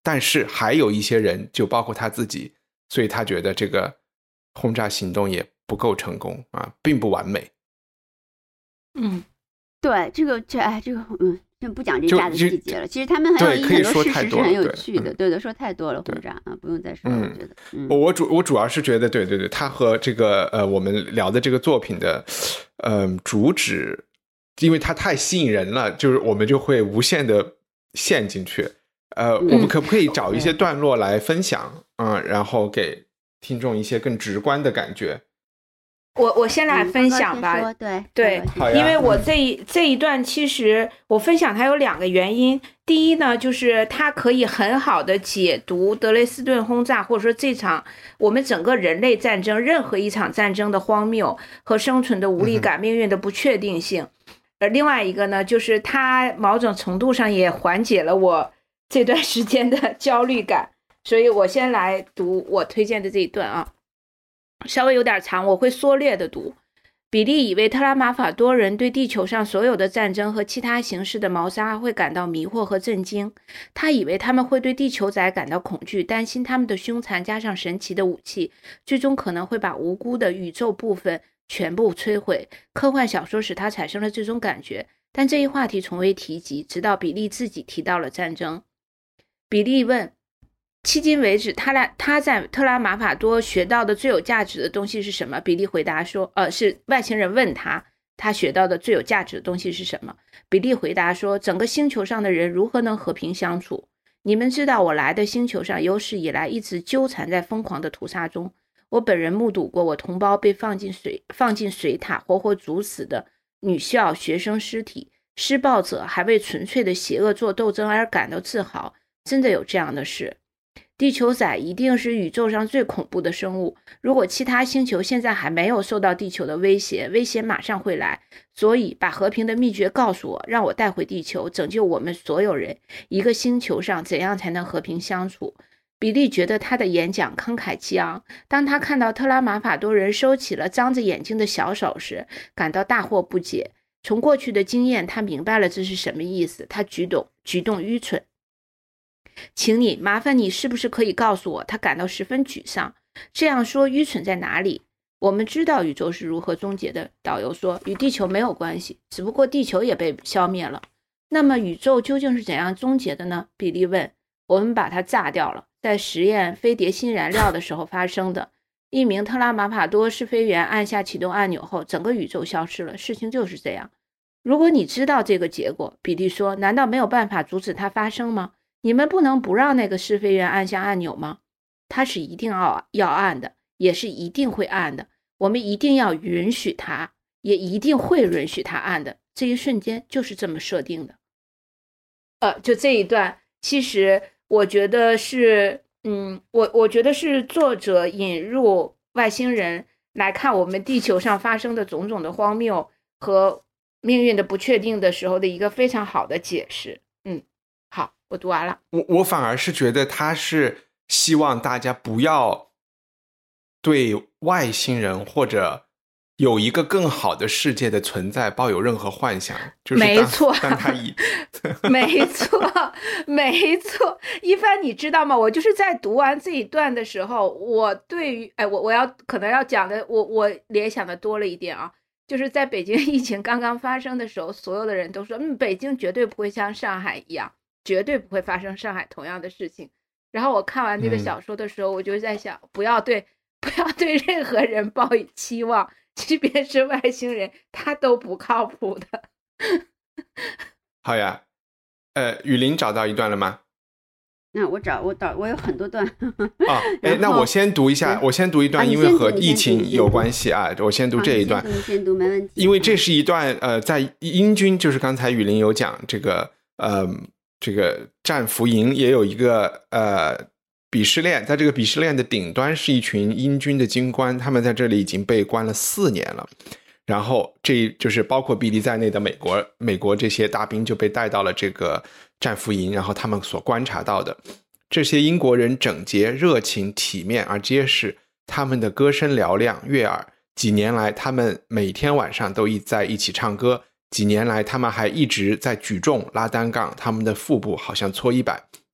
但是还有一些人，就包括他自己，所以他觉得这个轰炸行动也不够成功啊，并不完美。 嗯， 对，这个这哎这个嗯。就不讲这炸的细节了，其实他们还有一很多事实是很有趣的，对的，说太多了，轰炸啊，不用再说了。我觉得，嗯， 我主我主要是觉得，对对对，他和这个呃我们聊的这个作品的，嗯、呃，主旨，因为它太吸引人了，就是我们就会无限的陷进去。呃， 嗯、 我们可不可以找一些段落来分享，嗯，然后给听众一些更直观的感觉？ 我我先来分享吧， 嗯、对对，因为我这一这一段其实我分享它有两个原因，第一呢，就是它可以很好的解读德累斯顿轰炸，或者说这场我们整个人类战争任何一场战争的荒谬和生存的无力感、命运的不确定性。而另外一个呢，就是它某种程度上也缓解了我这段时间的焦虑感，所以我先来读我推荐的这一段啊。稍微有点长，我会缩略的读。比利以为特拉马法多人对地球上所有的战争和其他形式的谋杀会感到迷惑和震惊，他以为他们会对地球仔感到恐惧，担心他们的凶残加上神奇的武器，最终可能会把无辜的宇宙部分全部摧毁。科幻小说使他产生了这种感觉，但这一话题从未提及，直到比利自己提到了战争。比利问，迄今为止，他来他在特拉马法多学到的最有价值的东西是什么？比利回答说，呃，是外星人问他，他学到的最有价值的东西是什么？比利回答说，整个星球上的人如何能和平相处？你们知道，我来的星球上有史以来一直纠缠在疯狂的屠杀中。我本人目睹过我同胞被放进水放进水塔，活活煮死的女校学生尸体。施暴者还为纯粹的邪恶做斗争而感到自豪，真的有这样的事。地球仔一定是宇宙上最恐怖的生物，如果其他星球现在还没有受到地球的威胁，威胁马上会来。所以把和平的秘诀告诉我，让我带回地球，拯救我们所有人。一个星球上怎样才能和平相处？比利觉得他的演讲慷慨激昂，当他看到特拉马法多人收起了张着眼睛的小手时，感到大惑不解。从过去的经验，他明白了这是什么意思，他举动举动愚蠢。请你麻烦你是不是可以告诉我？他感到十分沮丧。这样说愚蠢在哪里？我们知道宇宙是如何终结的，导游说，与地球没有关系，只不过地球也被消灭了。那么宇宙究竟是怎样终结的呢？比利问。我们把它炸掉了，在实验飞碟新燃料的时候发生的。一名特拉马法多试飞员按下启动按钮后，整个宇宙消失了。事情就是这样。如果你知道这个结果，比利说，难道没有办法阻止它发生吗？你们不能不让那个试飞员按下按钮吗？他是一定要要按的，也是一定会按的。我们一定要允许他，也一定会允许他按的。这一瞬间就是这么设定的。呃，就这一段，其实我觉得是，嗯，我我觉得是作者引入外星人来看我们地球上发生的种种的荒谬和命运的不确定的时候的一个非常好的解释。嗯，好。我读完了。 我我反而是觉得他是希望大家不要对外星人或者有一个更好的世界的存在抱有任何幻想，就是当没错， 当他以没错，没错。一帆，你知道吗？我就是在读完这一段的时候，我对于哎，我我要可能要讲的，我我联想的多了一点啊。就是在北京疫情刚刚发生的时候，所有的人都说，嗯，北京绝对不会像上海一样。绝对不会发生上海同样的事情。然后我看完这个小说的时候，嗯、我就在想，不要对不要对任何人抱以期望，即便是外星人，他都不靠谱的。 好呀，呃，雨林找到一段了吗？ 那我找我找我有很多段啊，哎，那我先读一下，我先读一段， 啊、 因为和疫情有关系啊，我先读这一段。 你先读，先读没问题。 因为这是一段呃，在英军，就是刚才雨林有讲这个呃。这个战俘营也有一个呃鄙视链，在这个鄙视链的顶端是一群英军的军官，他们在这里已经被关了四年了。然后这就是包括比利在内的美国美国这些大兵就被带到了这个战俘营，然后他们所观察到的这些英国人整洁、热情、体面而结实，他们的歌声嘹亮悦耳。几年来，他们每天晚上都一在一起唱歌。几年来他们还一直在举重拉单杠，他们的腹部好像搓衣板，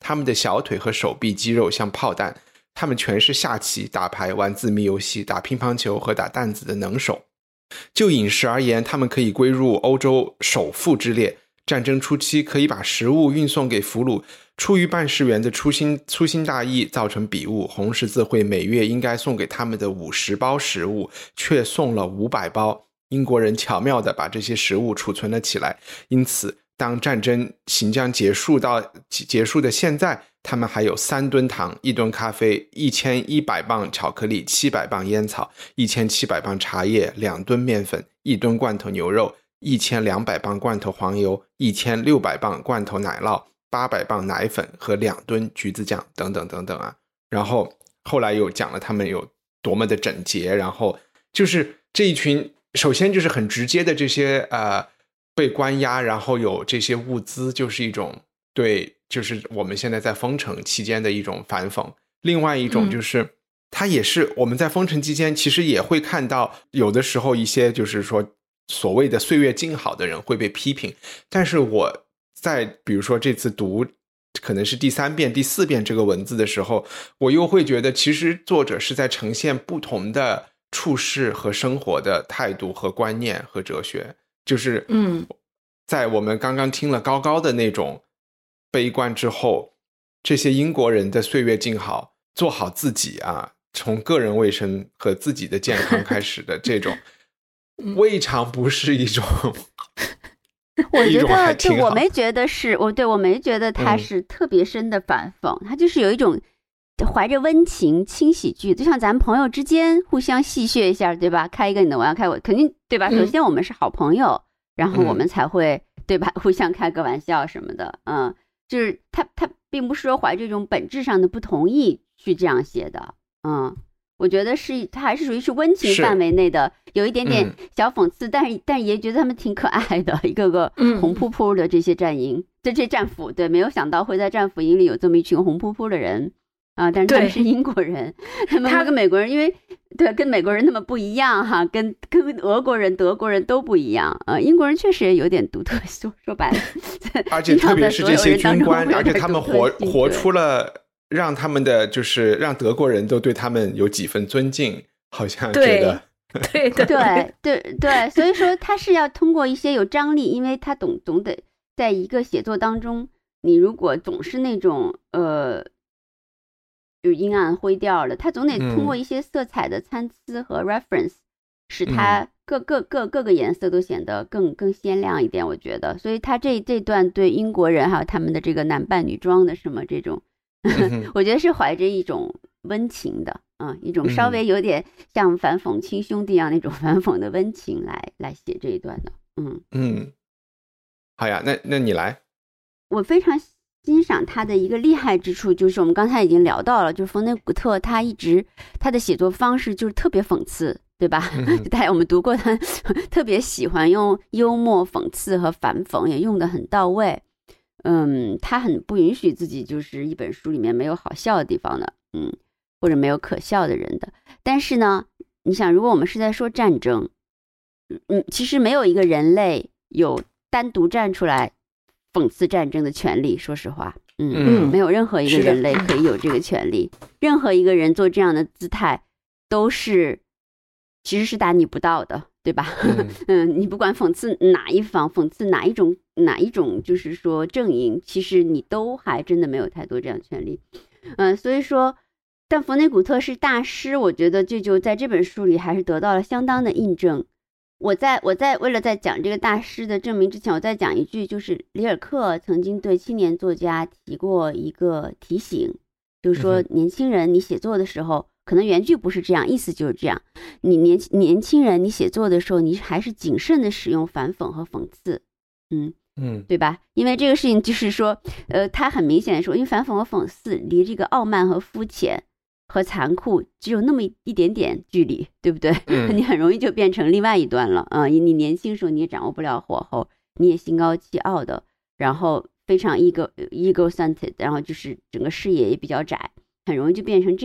他们的小腿和手臂肌肉像炮弹，他们全是下棋、打牌、玩字谜游戏、打乒乓球和打弹子的能手。就饮食而言，他们可以归入欧洲首富之列。战争初期可以把食物运送给俘虏，出于办事员的粗心粗心大意造成笔误，红十字会每月应该送给他们的五十包食物却送了五百包。英国人巧妙地把这些食物储存了起来，因此当战争行将结束到结束的现在，他们还有三吨糖、一吨咖啡、一千一百磅巧克力、七百磅烟草、一千七百磅茶叶、两吨面粉、一吨罐头牛肉、一千两百磅罐头黄油、一千六百磅罐头奶酪、八百磅奶粉和两吨橘子酱等等等等啊。然后后来又讲了他们有多么的整洁，然后就是这一群首先就是很直接的这些呃被关押，然后有这些物资，就是一种对就是我们现在在封城期间的一种反讽。另外一种就是、嗯、它也是我们在封城期间其实也会看到有的时候一些就是说所谓的岁月静好的人会被批评，但是我在比如说这次读可能是第三遍第四遍这个文字的时候，我又会觉得其实作者是在呈现不同的处事和生活的态度和观念和哲学。就是嗯，在我们刚刚听了高高的那种悲观之后，这些英国人的岁月静好，做好自己啊，从个人卫生和自己的健康开始的这种未尝不是一种我觉得就我没觉得是我对我没觉得它是特别深的反讽、嗯、它就是有一种怀着温情轻喜剧，就像咱们朋友之间互相戏谑一下，对吧？开一个你的玩笑，开我肯定对吧？首先我们是好朋友、嗯、然后我们才会对吧互相开个玩笑什么的。嗯，就是他他并不是说怀着这种本质上的不同意去这样写的。嗯，我觉得是它还是属于是温情范围内的，有一点点小讽刺、嗯、但是但是也觉得他们挺可爱的，一个个红扑扑的这些战营、嗯、这这战俘，对，没有想到会在战俘营里有这么一群红扑扑的人啊，但是他们是英国人，他们跟美国人因为对跟美国人他们不一样哈，跟跟俄国人德国人都不一样啊，英国人确实也有点独特，说说白了而且特别是这些军官，而且他们活活出了让他们的就是让德国人都对他们有几分尊敬，好像觉得对对对对对，所以说他是要通过一些有张力，因为他总总得在一个写作当中，你如果总是那种呃就阴暗灰调了，他总得通过一些色彩的参差和 reference、嗯、使它各各各各个颜色都显得更更鲜亮一点，我觉得。所以他这这段对英国人还有他们的这个男扮女装的什么这种、嗯、我觉得是怀着一种温情的啊、嗯，一种稍微有点像反讽亲兄弟一样那种反讽的温情来来写这一段的。嗯嗯，好呀，那那你来。 我非常欣赏他的一个厉害之处，就是我们刚才已经聊到了，就是冯内古特他一直他的写作方式就是特别讽刺，对吧？嗯、大家我们读过他特别喜欢用幽默讽刺和反讽，也用得很到位。嗯，他很不允许自己就是一本书里面没有好笑的地方的，嗯，或者没有可笑的人的。但是呢，你想，如果我们是在说战争，嗯，其实没有一个人类有单独站出来讽刺战争的权利，说实话，嗯嗯，没有任何一个人类可以有这个权利。任何一个人做这样的姿态，都是其实是大逆不道的，对吧？嗯, 嗯，你不管讽刺哪一方，讽刺哪一种哪一种，就是说阵营，其实你都还真的没有太多这样的权利。嗯，所以说，但冯内古特是大师，我觉得这就在这本书里还是得到了相当的印证。我在我在为了在讲这个大师的证明之前，我再讲一句，就是里尔克曾经对青年作家提过一个提醒，就是说年轻人你写作的时候，可能原句不是这样，意思就是这样，你年年轻人你写作的时候，你还是谨慎的使用反讽和讽刺，嗯嗯，对吧？因为这个事情就是说，呃，他很明显的说，因为反讽和讽刺离这个傲慢和肤浅和残酷只有那么一点点距离，对不对？嗯、你很容易就变成另外一端了啊、呃！你年轻时候你也掌握不了火候，你也心高气傲的，然后非常 ego egocentric， 然后就是整个视野也比较窄，很容易就变成这样。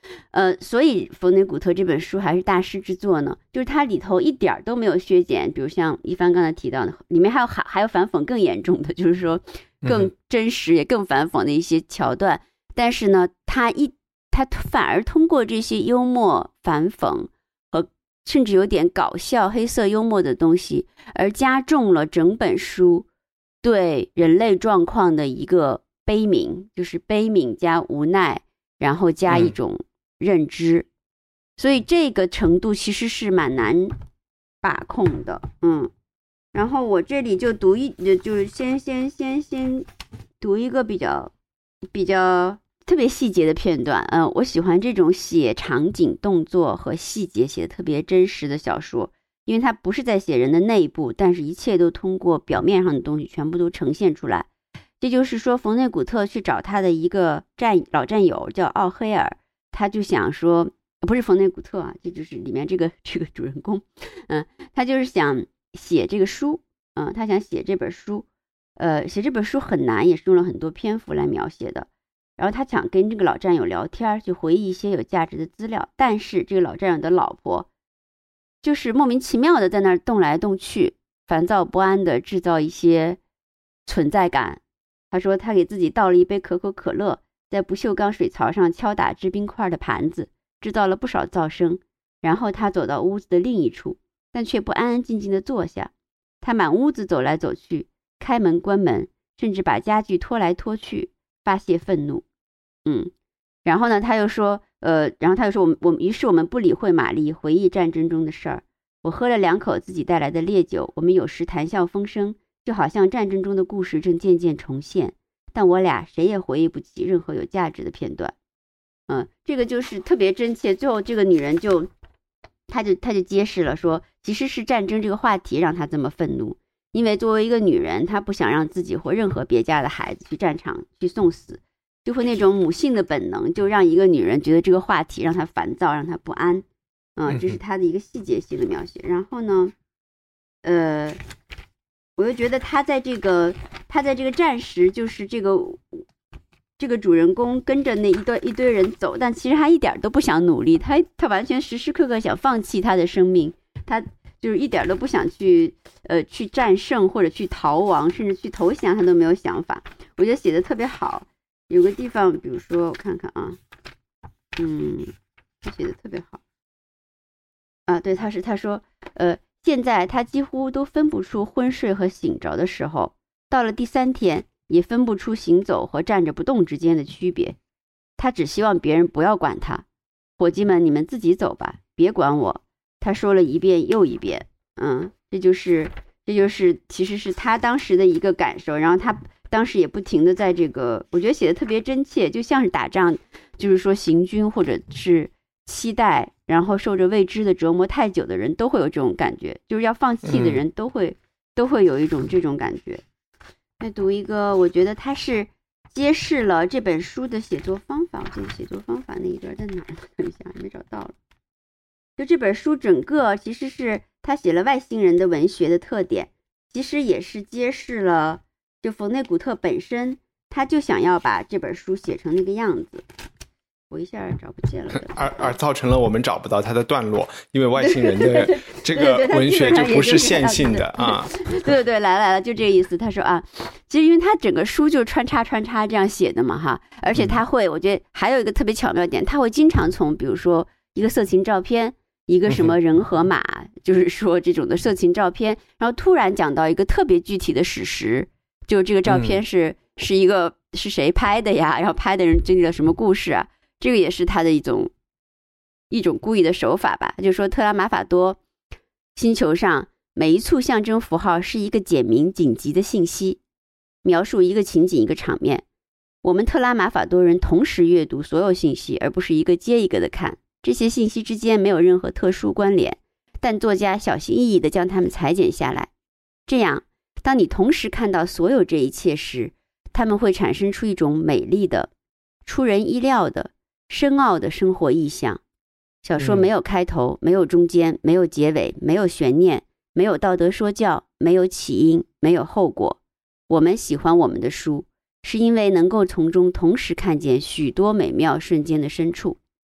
呃，所以冯内古特这本书还是大师之作呢，就是它里头一点都没有削减，比如像一帆刚才提到的，里面还有还还有反讽更严重的，就是说更真实也更反讽的一些桥段，嗯、但是呢，他一他反而通过这些幽默反讽和甚至有点搞笑黑色幽默的东西，而加重了整本书对人类状况的一个悲悯，就是悲悯加无奈，然后加一种认知，嗯、所以这个程度其实是蛮难把控的，嗯。然后我这里就读一，就是先先先先读一个比较比较特别细节的片段，嗯，我喜欢这种写场景、动作和细节写的特别真实的小说，因为它不是在写人的内部，但是一切都通过表面上的东西全部都呈现出来。这就是说，冯内古特去找他的一个战老战友叫奥黑尔，他就想说，不是冯内古特啊，这就是里面这个这个主人公，嗯，他就是想写这个书，嗯，他想写这本书，呃，写这本书很难，也是用了很多篇幅来描写的。然后他想跟这个老战友聊天，去回忆一些有价值的资料，但是这个老战友的老婆就是莫名其妙的在那儿动来动去，烦躁不安的制造一些存在感。他说他给自己倒了一杯可口可乐，在不锈钢水槽上敲打制冰块的盘子，制造了不少噪声。然后他走到屋子的另一处，但却不安安静静地坐下。他满屋子走来走去，开门关门，甚至把家具拖来拖去，发泄愤怒。嗯，然后呢，他又说，呃，然后他又说，我们我们于是我们不理会玛丽，回忆战争中的事儿。我喝了两口自己带来的烈酒，我们有时谈笑风生，就好像战争中的故事正渐渐重现。但我俩谁也回忆不起任何有价值的片段。嗯，这个就是特别真切。最后这个女人就，她就她就揭示了说，其实是战争这个话题让她这么愤怒。因为作为一个女人，她不想让自己或任何别家的孩子去战场去送死，就会那种母性的本能，就让一个女人觉得这个话题让她烦躁，让她不安。嗯，这是她的一个细节性的描写。然后呢，呃，我又觉得她在这个她在这个战时，就是这个这个主人公跟着那一堆一堆人走，但其实他一点都不想努力，他他完全时时刻刻想放弃他的生命，他就是一点都不想去呃去战胜或者去逃亡，甚至去投降，他都没有想法。我觉得写的特别好。有个地方，比如说我看看啊，嗯，他写的特别好啊，对，他是他说，呃，现在他几乎都分不出昏睡和醒着的时候，到了第三天也分不出行走和站着不动之间的区别。他只希望别人不要管他，伙计们，你们自己走吧，别管我。他说了一遍又一遍，嗯，这就是这就是其实是他当时的一个感受。然后他当时也不停的在这个，我觉得写的特别真切，就像是打仗，就是说行军或者是期待，然后受着未知的折磨太久的人都会有这种感觉，就是要放弃的人都会、嗯、都会有一种这种感觉。再读一个，我觉得他是揭示了这本书的写作方法。我记得写作方法那一段在哪儿？等一下，没找到了。就这本书整个其实是他写了外星人的文学的特点，其实也是揭示了就冯内古特本身，他就想要把这本书写成那个样子。我一下找不见了， 而而造成了我们找不到他的段落，因为外星人的这个文学就不是线性的啊。 对对对，来了来了，就这个意思。他说啊，其实因为他整个书就穿插穿插这样写的嘛哈，而且他会，我觉得还有一个特别巧妙点，他会经常从比如说一个色情照片，一个什么人和马，嗯、就是说这种的色情照片，然后突然讲到一个特别具体的史实，就这个照片是、嗯、是一个是谁拍的呀？然后拍的人经历了什么故事啊？这个也是他的一种一种故意的手法吧。就是说，特拉马法多星球上每一簇象征符号是一个简明紧急的信息，描述一个情景一个场面。我们特拉马法多人同时阅读所有信息，而不是一个接一个的看。这些信息之间没有任何特殊关联，但作家小心翼翼地将它们裁剪下来。这样，当你同时看到所有这一切时，它们会产生出一种美丽的、出人意料的、深奥的生活意象。小说没有开头，没有中间，没有结尾，没有悬念，没有道德说教，没有起因，没有后果。我们喜欢我们的书，是因为能够从中同时看见许多美妙瞬间的深处。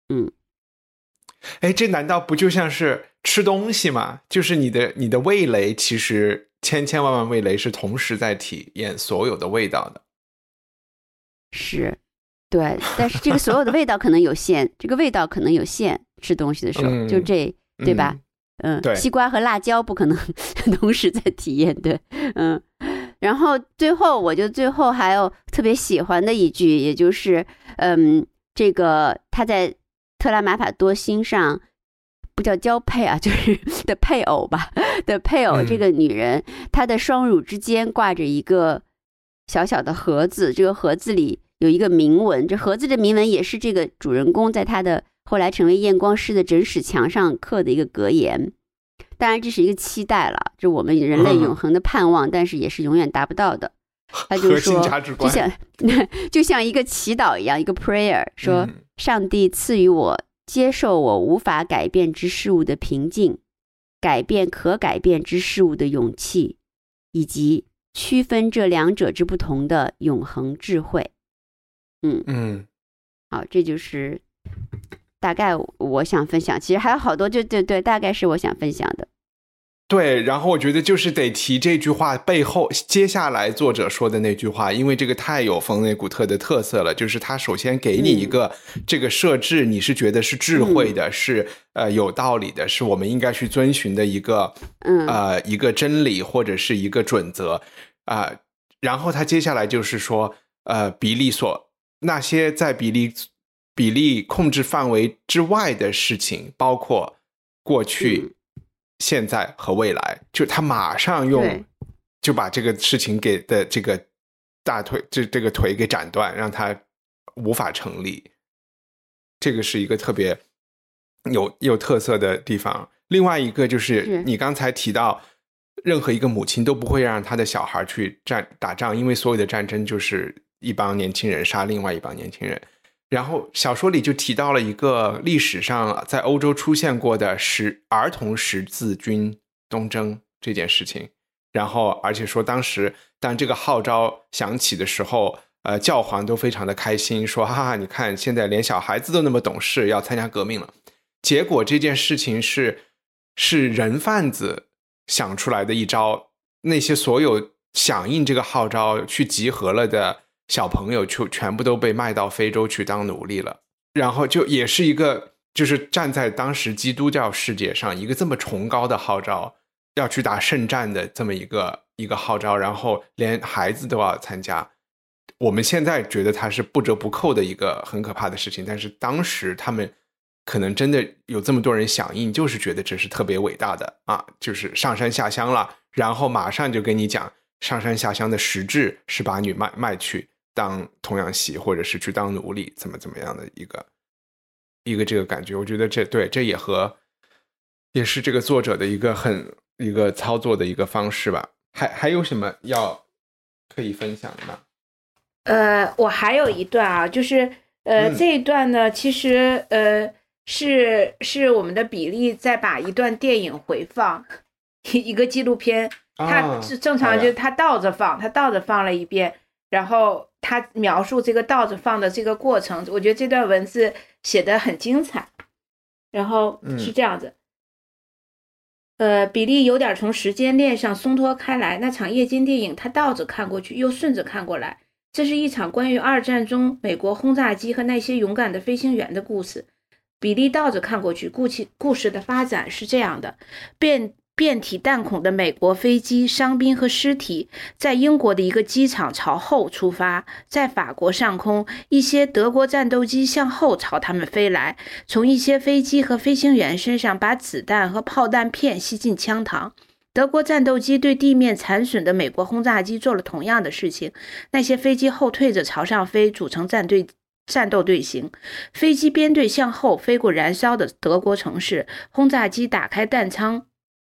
嗯， 哎，这难道不就像是吃东西吗？就是你的你的味蕾，其实千千万万味蕾是同时在体验所有的味道的。 是，对，但是这个所有的味道可能有限，这个味道可能有限，吃东西的时候、嗯、就这，对吧？嗯， 对， 西瓜和辣椒不可能同时在体验，对，嗯。然后最后我就最后还有特别喜欢的一句，也就是嗯，这个他在特拉马法多心上不叫交配啊，就是的配偶吧的配偶，这个女人、嗯、她的双乳之间挂着一个小小的盒子，这个盒子里有一个铭文，这盒子的铭文也是这个主人公在他的后来成为验光师的诊室墙上刻的一个格言。当然这是一个期待了，这我们人类永恒的盼望、嗯、但是也是永远达不到的。他就说就像就像一个祈祷一样，一个 prayer， 说、嗯、上帝赐予我接受我无法改变之事物的平静，改变可改变之事物的勇气，以及区分这两者之不同的永恒智慧。嗯嗯， 好，这就是大概我想分享，其实还有好多，就对对，大概是我想分享的。 对，然后我觉得就是得提这句话背后接下来作者说的那句话，因为这个太有冯内古特的特色了，就是他首先给你一个这个设置，你是觉得是智慧的，嗯、是呃有道理的，是我们应该去遵循的一个呃一个真理或者是一个准则啊、呃。然后他接下来就是说呃比利所那些在比利比例控制范围之外的事情，包括过去、嗯、现在和未来，就他马上用就把这个事情给的这个大腿这这个腿给斩断，让它无法成立。这个是一个特别有有特色的地方。另外一个就是你刚才提到任何一个母亲都不会让他的小孩去战打仗，因为所有的战争就是一帮年轻人杀另外一帮年轻人。然后小说里就提到了一个历史上在欧洲出现过的十儿童十字军东征这件事情，然后而且说当时当这个号召响起的时候，呃，教皇都非常的开心，说哈哈，你看现在连小孩子都那么懂事，要参加革命了。结果这件事情是是人贩子想出来的一招，那些所有响应这个号召去集合了的小朋友就全部都被卖到非洲去当奴隶了。然后就也是一个就是站在当时基督教世界上一个这么崇高的号召，要去打圣战的这么一个一个号召，然后连孩子都要参加。我们现在觉得它是不折不扣的一个很可怕的事情，但是当时他们可能真的有这么多人响应，就是觉得这是特别伟大的啊，就是上山下乡了，然后马上就跟你讲上山下乡的实质是把你卖卖去当童养媳，或者是去当奴隶，怎么怎么样的一个一个这个感觉。我觉得这对这也和也是这个作者的一个很一个操作的一个方式吧。还还有什么要可以分享的吗？ 呃，我还有一段啊，就是呃、嗯、这一段呢，其实呃是是我们的比利在把一段电影回放，一个纪录片，他正常就是他倒着放，他倒着放了一遍。然后他描述这个倒着放的这个过程，我觉得这段文字写得很精彩。然后是这样子、嗯、呃，比利有点从时间链上松脱开来，那场夜间电影他倒着看过去又顺着看过来，这是一场关于二战中美国轰炸机和那些勇敢的飞行员的故事。比利倒着看过去，故事故事的发展是这样的：遍遍体弹孔的美国飞机、伤兵和尸体在英国的一个机场朝后出发，在法国上空，一些德国战斗机向后朝他们飞来，从一些飞机和飞行员身上把子弹和炮弹片吸进枪膛。德国战斗机对地面残损的美国轰炸机做了同样的事情，那些飞机后退着朝上飞，组成战队战斗队形，飞机编队向后飞过燃烧的德国城市，轰炸机打开弹舱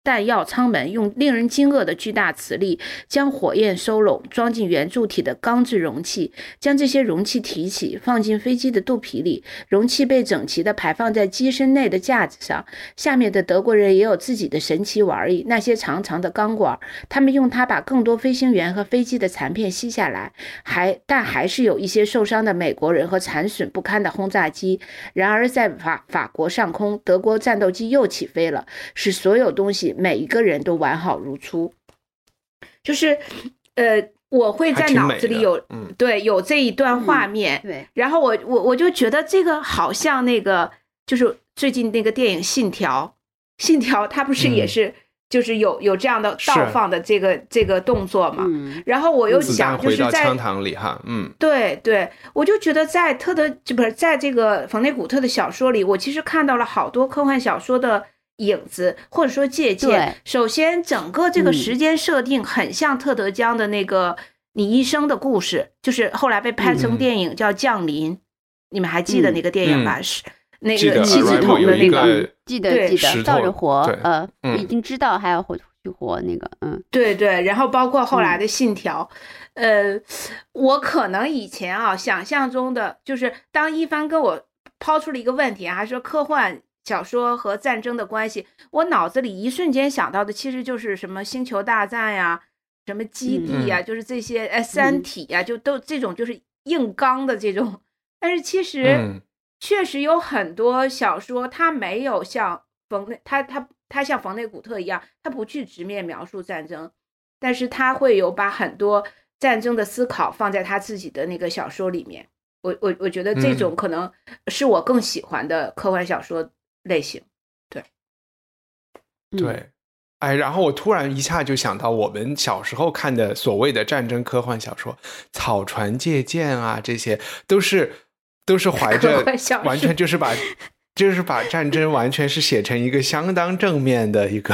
弹药舱门，用令人惊愕的巨大磁力将火焰收拢，装进圆柱体的钢制容器，将这些容器提起，放进飞机的肚皮里。容器被整齐地排放在机身内的架子上。下面的德国人也有自己的神奇玩意，那些长长的钢管，他们用它把更多飞行员和飞机的残片吸下来，还但还是有一些受伤的美国人和残损不堪的轰炸机。然而在法法国上空，德国战斗机又起飞了，使所有东西每一个人都完好如初。就是呃我会在脑子里有、嗯、对有这一段画面、嗯、对，然后我我我就觉得这个好像那个就是最近那个电影《信条》，信条它不是也是、嗯就是有有这样的倒放的这个这个动作嘛、嗯，然后我又想就是在子弹回到枪膛里哈，嗯， 对对，我就觉得在特德就不是在这个冯内古特的小说里，我其实看到了好多科幻小说的影子或者说借鉴。首先，整个这个时间设定很像特德·江的那个《你一生的故事》，就是后来被拍成电影叫《降临》，嗯、你们还记得那个电影吧？是、嗯。那个七子筒的那个， 记得记得，倒着活，呃、嗯，已经知道还要回去活那个，嗯， 对对，然后包括后来的信条，嗯、呃，我可能以前啊想象中的就是当一帆跟我抛出了一个问题，还说科幻小说和战争的关系，我脑子里一瞬间想到的其实就是什么星球大战呀、什么基地呀，嗯、就是这些哎三体呀，就都这种就是硬刚的这种，但是其实。嗯确实有很多小说，它没有像冯内，他他他像冯内古特一样，他不去直面描述战争，但是他会有把很多战争的思考放在他自己的那个小说里面。我我我觉得这种可能是我更喜欢的科幻小说类型。对， 对，哎，然后我突然一下就想到我们小时候看的所谓的战争科幻小说，草船借箭啊，这些都是。都是怀着完全就是把就是把战争完全是写成一个相当正面的一个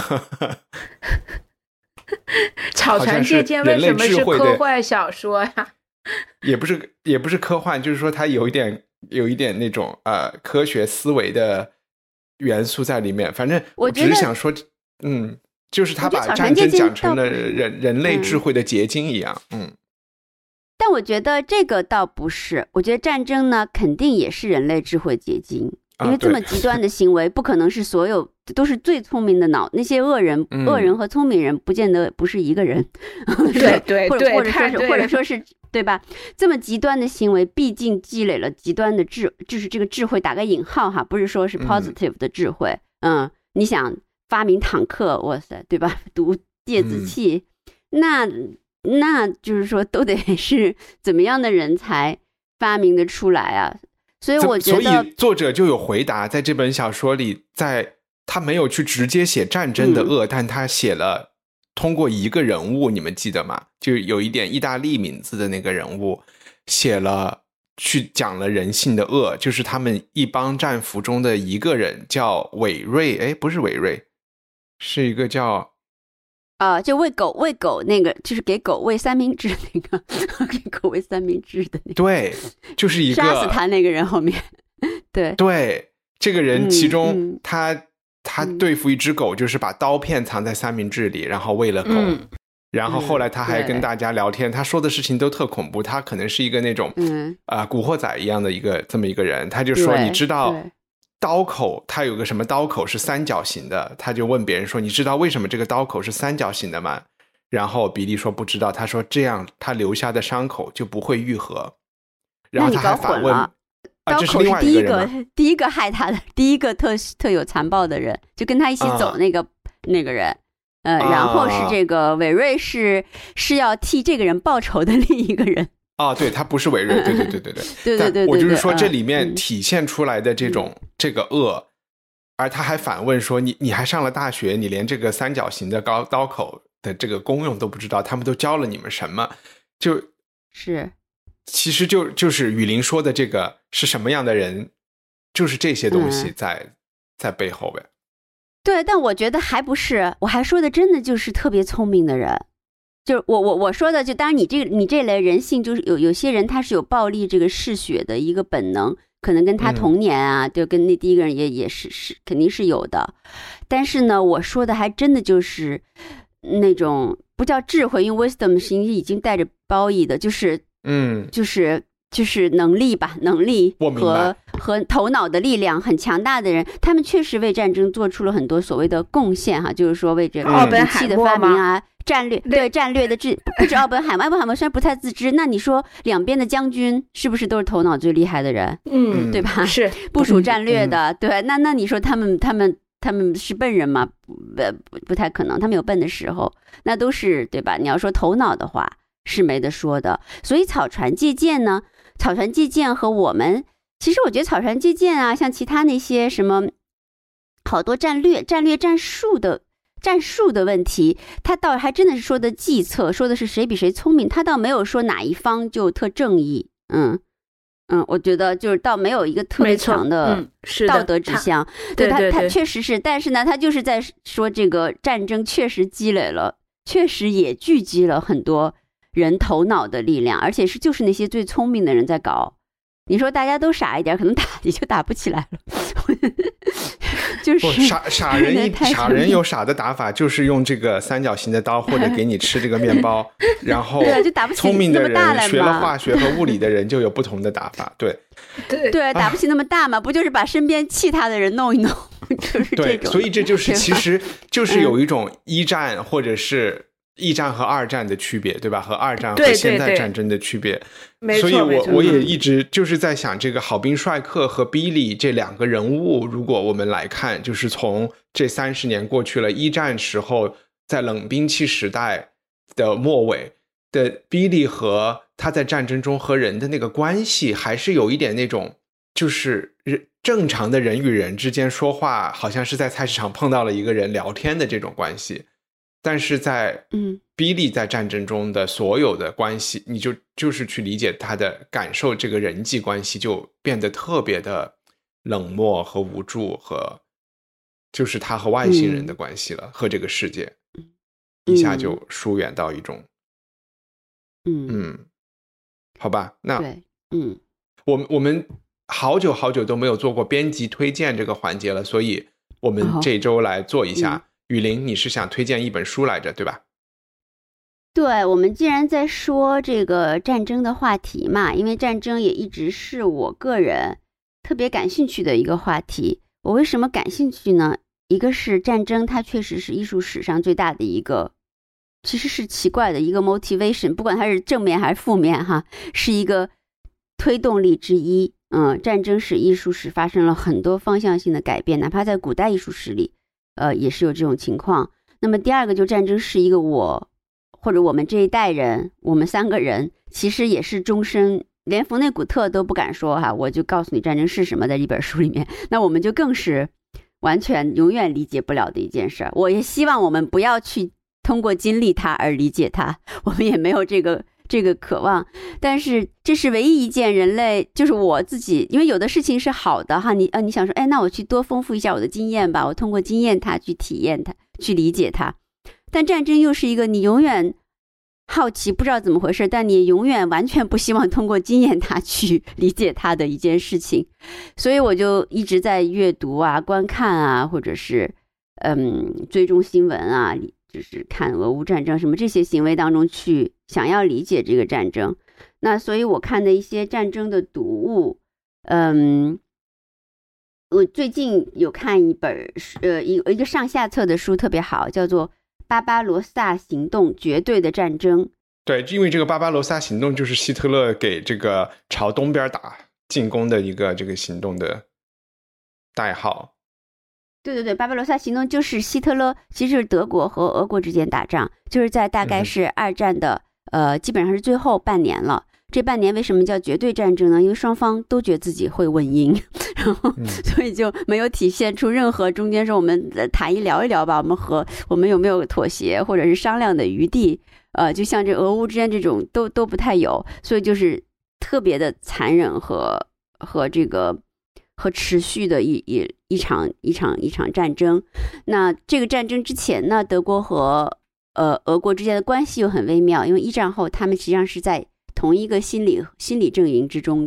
草船借箭为什么是科幻小说呀？ 也不是也不是科幻，就是说它有一点有一点那种呃科学思维的元素在里面。反正我只是想说，嗯，就是他把战争讲成了人人类智慧的结晶一样，嗯。 但我觉得这个倒不是，我觉得战争呢肯定也是人类智慧结晶，因为这么极端的行为不可能是所有都是最聪明的脑，那些恶人、嗯、恶人和聪明人不见得不是一个人， 对对或者或者说是或者说是对吧？这么极端的行为毕竟积累了极端的智，就是这个智慧打个引号哈，不是说是 positive 的智慧，嗯，嗯你想发明坦克，哇塞，对吧？读电子器，嗯、那。那就是说都得是怎么样的人才发明的出来啊？所以我觉得， 所以作者就有回答，在这本小说里，在他没有去直接写战争的恶、嗯、但他写了通过一个人物，你们记得吗？就有一点意大利名字的那个人物写了去讲了人性的恶，就是他们一帮战俘中的一个人叫韦瑞，哎，不是韦瑞，是一个叫啊、呃，就喂狗喂狗那个，就是给狗喂三明治那个，给狗喂三明治的那个， 对，就是一个杀死他那个人后面，对对，这个人其中、嗯、他、嗯、他对付一只狗，就是把刀片藏在三明治里，然后喂了狗。嗯然后后来他还跟大家聊天、嗯、他说的事情都特恐怖，他可能是一个那种嗯啊、呃、古惑仔一样的一个这么一个人，他就说你知道刀口他有个什么刀口是三角形的，他就问别人说你知道为什么这个刀口是三角形的吗？然后比利说不知道，他说这样他留下的伤口就不会愈合。然后他还反问啊， 刀口是第一个第一个害他的第一个特特有残暴的人，就跟他一起走那个、啊、那个人呃，然后是这个韦瑞是、啊、是要替这个人报仇的另一个人啊，对，他不是韦瑞，对对对对对对对对， 我就是说这里面体现出来的这种、嗯、这个恶，而他还反问说你你还上了大学，你连这个三角形的高刀口的这个功用都不知道，他们都教了你们什么？就是其实就就是雨林说的这个是什么样的人，就是这些东西在、嗯、在背后呗。 对，但我觉得还不是，我还说的真的就是特别聪明的人，就是我我我说的，就当然你这个你这类人性就是有有些人他是有暴力这个嗜血的一个本能， 可能跟他童年啊，就、嗯、跟那第一个人也也是是肯定是有的。但是呢，我说的还真的就是那种不叫智慧，因为 wisdom 是已经带着褒义的，就是嗯， 就是就是能力吧，能力和和头脑的力量很强大的人，他们确实为战争做出了很多所谓的贡献哈，就是说为这个武器的发明啊，战略对战略的制，不止奥本海默，奥本海默虽然不太自知，那你说两边的将军是不是都是头脑最厉害的人？ 嗯， 对吧？ 是部署战略的，嗯、对，那那你说他们他们他们是笨人吗？不不不太可能，他们有笨的时候，那都是对吧？你要说头脑的话是没得说的，所以草船借箭呢。草船借箭和我们，其实我觉得草船借箭啊，像其他那些什么好多战略、战略战术的战术的问题，他倒还真的是说的计策，说的是谁比谁聪明，他倒没有说哪一方就特正义。嗯嗯，我觉得就是倒没有一个特别强的道德指向。嗯、对他，他确实是，但是呢，他就是在说这个战争确实积累了，确实也聚集了很多人头脑的力量，而且是就是那些最聪明的人在搞。你说大家都傻一点，可能打也就打不起来了。就是傻傻人一傻人有傻的打法，就是用这个三角形的刀，或者给你吃这个面包。然后聪明的人学了化学和物理的人就有不同的打法。对对对，打不起那么大嘛，不就是把身边气他的人弄一弄，就是这种。 对，所以这就是其实就是有一种一战或者是一战和二战的区别，对吧？和二战和现代战争的区别。 对对对， 所以我我也一直就是在想，这个郝宾帅克和 Billy 这两个人物，如果我们来看，就是从这三十年过去了，一战时候在冷兵器时代的末尾的 Billy 和他在战争中和人的那个关系，还是有一点那种就是正常的人与人之间说话，好像是在菜市场碰到了一个人聊天的这种关系。但是在嗯，Billy 在战争中的所有的关系，你就就是去理解他的感受，这个人际关系就变得特别的冷漠和无助，和就是他和外星人的关系了，嗯、和这个世界一下就疏远到一种，嗯嗯，好吧，那对，嗯， 我们我们好久好久都没有做过编辑推荐这个环节了，所以我们这周来做一下。哦嗯雨林，你是想推荐一本书来着，对吧？ 对，我们既然在说这个战争的话题嘛，因为战争也一直是我个人特别感兴趣的一个话题。我为什么感兴趣呢？一个是战争，它确实是艺术史上最大的一个，其实是奇怪的一个 motivation， 不管它是正面还是负面哈，是一个推动力之一。嗯，战争使艺术史发生了很多方向性的改变，哪怕在古代艺术史里。呃，也是有这种情况。那么第二个，就战争是一个我或者我们这一代人，我们三个人其实也是终身，连冯内古特都不敢说哈，我就告诉你战争是什么，在一本书里面，那我们就更是完全永远理解不了的一件事。我也希望我们不要去通过经历它而理解它，我们也没有这个这个渴望，但是这是唯一一件人类，就是我自己，因为有的事情是好的哈，你呃你想说，哎，那我去多丰富一下我的经验吧，我通过经验它去体验它，去理解它。但战争又是一个你永远好奇不知道怎么回事，但你永远完全不希望通过经验它去理解它的一件事情。所以我就一直在阅读啊、观看啊，或者是嗯追踪新闻啊，就是看俄乌战争什么这些行为当中去想要理解这个战争。那所以我看的一些战争的读物，嗯，我最近有看一本呃一一个上下册的书特别好，叫做《巴巴罗萨行动：绝对的战争》。 对，因为这个巴巴罗萨行动就是希特勒给这个朝东边打进攻的一个这个行动的代号。 对对对，巴巴罗萨行动就是希特勒，其实是德国和俄国之间打仗，就是在大概是二战的、嗯、呃，基本上是最后半年了。这半年为什么叫绝对战争呢？因为双方都觉得自己会稳赢，然后所以就没有体现出任何中间说我们谈一聊一聊吧，我们和我们有没有妥协或者是商量的余地？呃，就像这俄乌之间这种都都不太有，所以就是特别的残忍和和这个。和持续的一一一场一场一场战争。那这个战争之前呢，德国和呃俄国之间的关系又很微妙，因为一战后他们实际上是在同一个心理心理阵营之中的，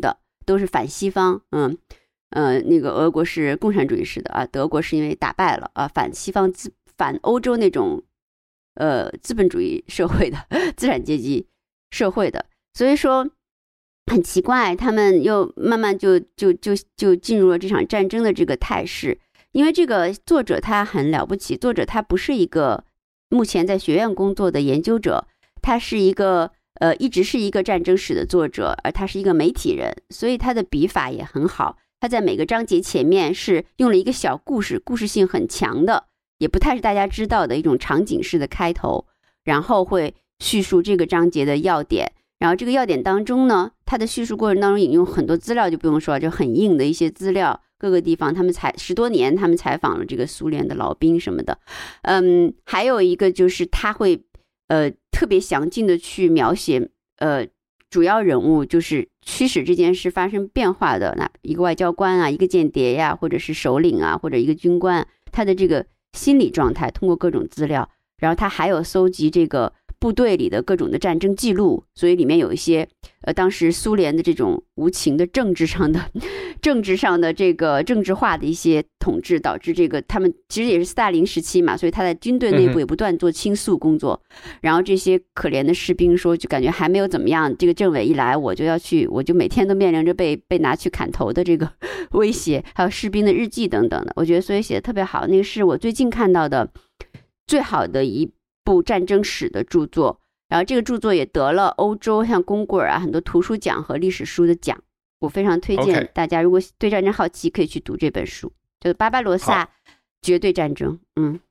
都是反西方，嗯呃，那个俄国是共产主义式的啊，德国是因为打败了啊，反西方资反欧洲那种呃资本主义社会的资产阶级社会的，所以说很奇怪，他们又慢慢就就就就进入了这场战争的这个态势。因为这个作者他很了不起，作者他不是一个目前在学院工作的研究者，他是一个呃一直是一个战争史的作者，而他是一个媒体人，所以他的笔法也很好。他在每个章节前面是用了一个小故事，故事性很强的，也不太是大家知道的一种场景式的开头，然后会叙述这个章节的要点。然后这个要点当中呢，他的叙述过程当中引用很多资料就不用说，就很硬的一些资料，各个地方他们采十多年，他们采访了这个苏联的老兵什么的。嗯，还有一个就是他会呃特别详尽的去描写呃主要人物，就是驱使这件事发生变化的那一个外交官啊，一个间谍呀，或者是首领啊，或者一个军官，他的这个心理状态，通过各种资料。然后他还有搜集这个部队里的各种的战争记录，所以里面有一些呃当时苏联的这种无情的政治上的政治上的这个政治化的一些统治，导致这个他们其实也是斯大林时期嘛，所以他在军队内部也不断做倾诉工作。嗯、然后这些可怜的士兵说，就感觉还没有怎么样，这个政委一来，我就要去，我就每天都面临着被被拿去砍头的这个威胁，还有士兵的日记等等的。我觉得所以写的特别好，那个是我最近看到的最好的一部战争史的著作，然后这个著作也得了欧洲像公棍啊很多图书奖和历史书的奖，我非常推荐大家，如果对战争好奇可以去读这本书，就是巴巴罗萨绝对战争。嗯，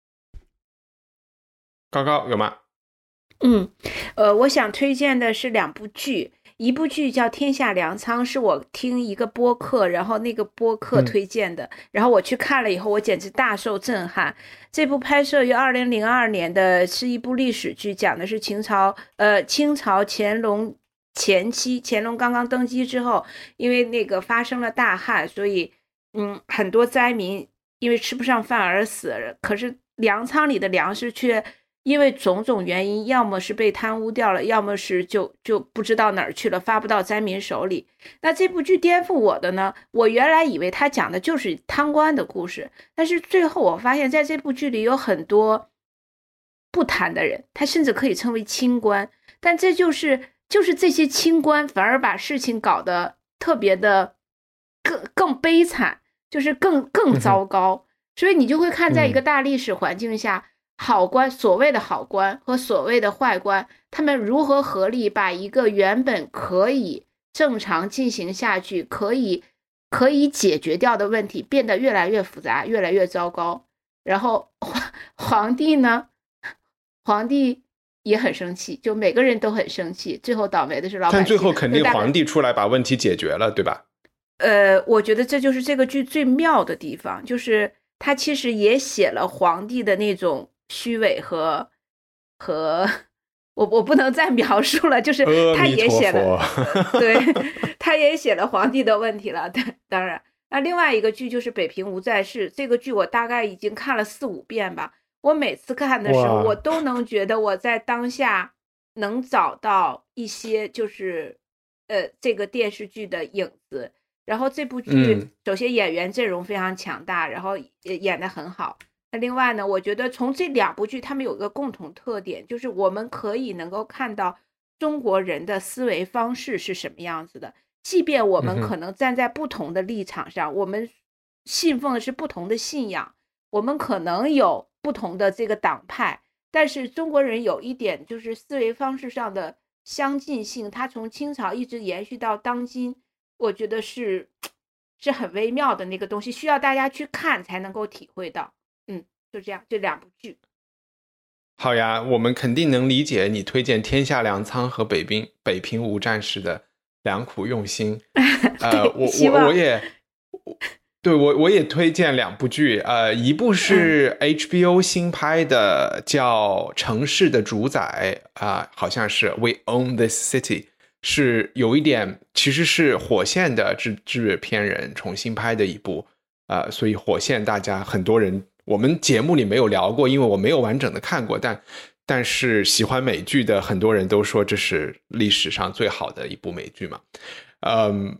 高高有吗？ 嗯，呃，我想推荐的是两部剧，一部剧叫《天下粮仓》，是我听一个播客，然后那个播客推荐的，嗯、然后我去看了以后，我简直大受震撼。这部拍摄于二零零二年的，是一部历史剧，讲的是秦朝，呃，清朝乾隆前期，乾隆刚刚登基之后，因为那个发生了大旱，所以嗯，很多灾民因为吃不上饭而死，可是粮仓里的粮食却因为种种原因，要么是被贪污掉了，要么是就就不知道哪儿去了，发不到灾民手里。那这部剧颠覆我的呢，我原来以为他讲的就是贪官的故事，但是最后我发现在这部剧里有很多不贪的人，他甚至可以称为清官，但这就是就是这些清官反而把事情搞得特别的更更悲惨，就是更更糟糕。所以你就会看在一个大历史环境下，好官，所谓的好官和所谓的坏官，他们如何合力把一个原本可以正常进行下去，可以可以解决掉的问题变得越来越复杂，越来越糟糕。然后皇帝呢，皇帝也很生气，就每个人都很生气，最后倒霉的是老百姓。 但最后肯定皇帝出来把问题解决了，对吧？ 呃，我觉得这就是这个剧最妙的地方，就是他其实也写了皇帝的那种虚伪和和我我不能再描述了，就是他也写了，对，他也写了皇帝的问题了。当然，那另外一个剧就是《北平无再事》，这个剧我大概已经看了四五遍吧。我每次看的时候，我都能觉得我在当下能找到一些就是呃这个电视剧的影子。然后这部剧首先演员阵容非常强大，然后演得很好。那另外呢，我觉得从这两部剧他们有一个共同特点，就是我们可以能够看到中国人的思维方式是什么样子的，即便我们可能站在不同的立场上，我们信奉的是不同的信仰，我们可能有不同的这个党派，但是中国人有一点就是思维方式上的相近性，它从清朝一直延续到当今，我觉得是是很微妙的那个东西，需要大家去看才能够体会到。嗯，就这样，这两部剧。 好呀，我们肯定能理解你推荐《天下粮仓》和北平北平无战事的良苦用心。呃，我我我也对我我也推荐两部剧，呃，一部是 H B O 新拍的，叫《城市的主宰》啊、呃，好像是 We Own This City。是有一点其实是火线的制制片人重新拍的一部，呃，所以火线大家很多人我们节目里没有聊过，因为我没有完整的看过，但但是喜欢美剧的很多人都说这是历史上最好的一部美剧嘛。嗯，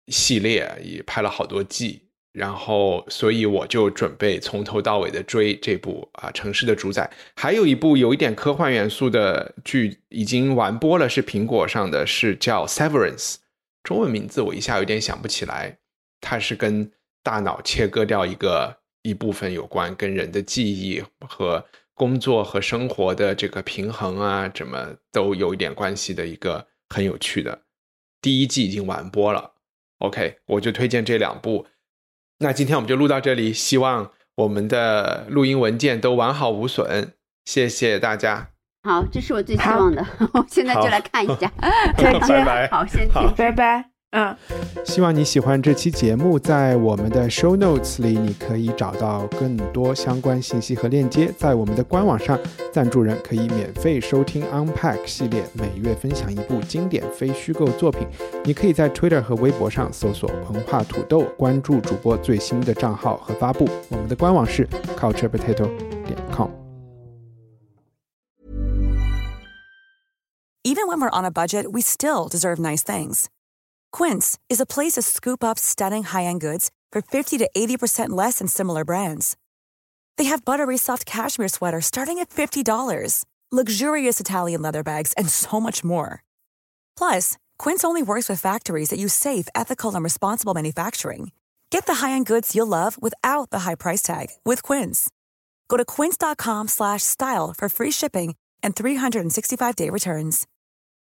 系列，也拍了好多季，然后所以我就准备从头到尾的追这部啊《城市的主宰》。还有一部有一点科幻元素的剧已经完播了，是苹果上的，是叫 Severance， 中文名字我一下有点想不起来，它是跟大脑切割掉一个一部分有关，跟人的记忆和工作和生活的这个平衡啊怎么都有一点关系的一个很有趣的，第一季已经完播了。 OK， 我就推荐这两部。那今天我们就录到这里，希望我们的录音文件都完好无损，谢谢大家。 好，这是我最希望的，我现在就来看一下。 再见， 拜拜。 好，先听， 拜拜。嗯， 希望你喜欢这期节目，在我们的 show notes 里你可以找到更多相关信息和链接。在我们的官网上，赞助人可以免费收听 Unpack 系列，每月分享一部经典非虚构作品。你可以在 Twitter 和微博上搜索文化土豆，关注主播最新的账号和发布。我们的官网是 culture potato 点 com。 Even when we're on a budget, we still deserve nice things. Quince is a place to scoop up stunning high-end goods for fifty to eighty percent less than similar brands. They have buttery soft cashmere sweaters starting at fifty dollars, luxurious Italian leather bags, and so much more. Plus, Quince only works with factories that use safe, ethical, and responsible manufacturing. Get the high-end goods you'll love without the high price tag with Quince. Go to quince.com slash style for free shipping and three sixty-five day returns.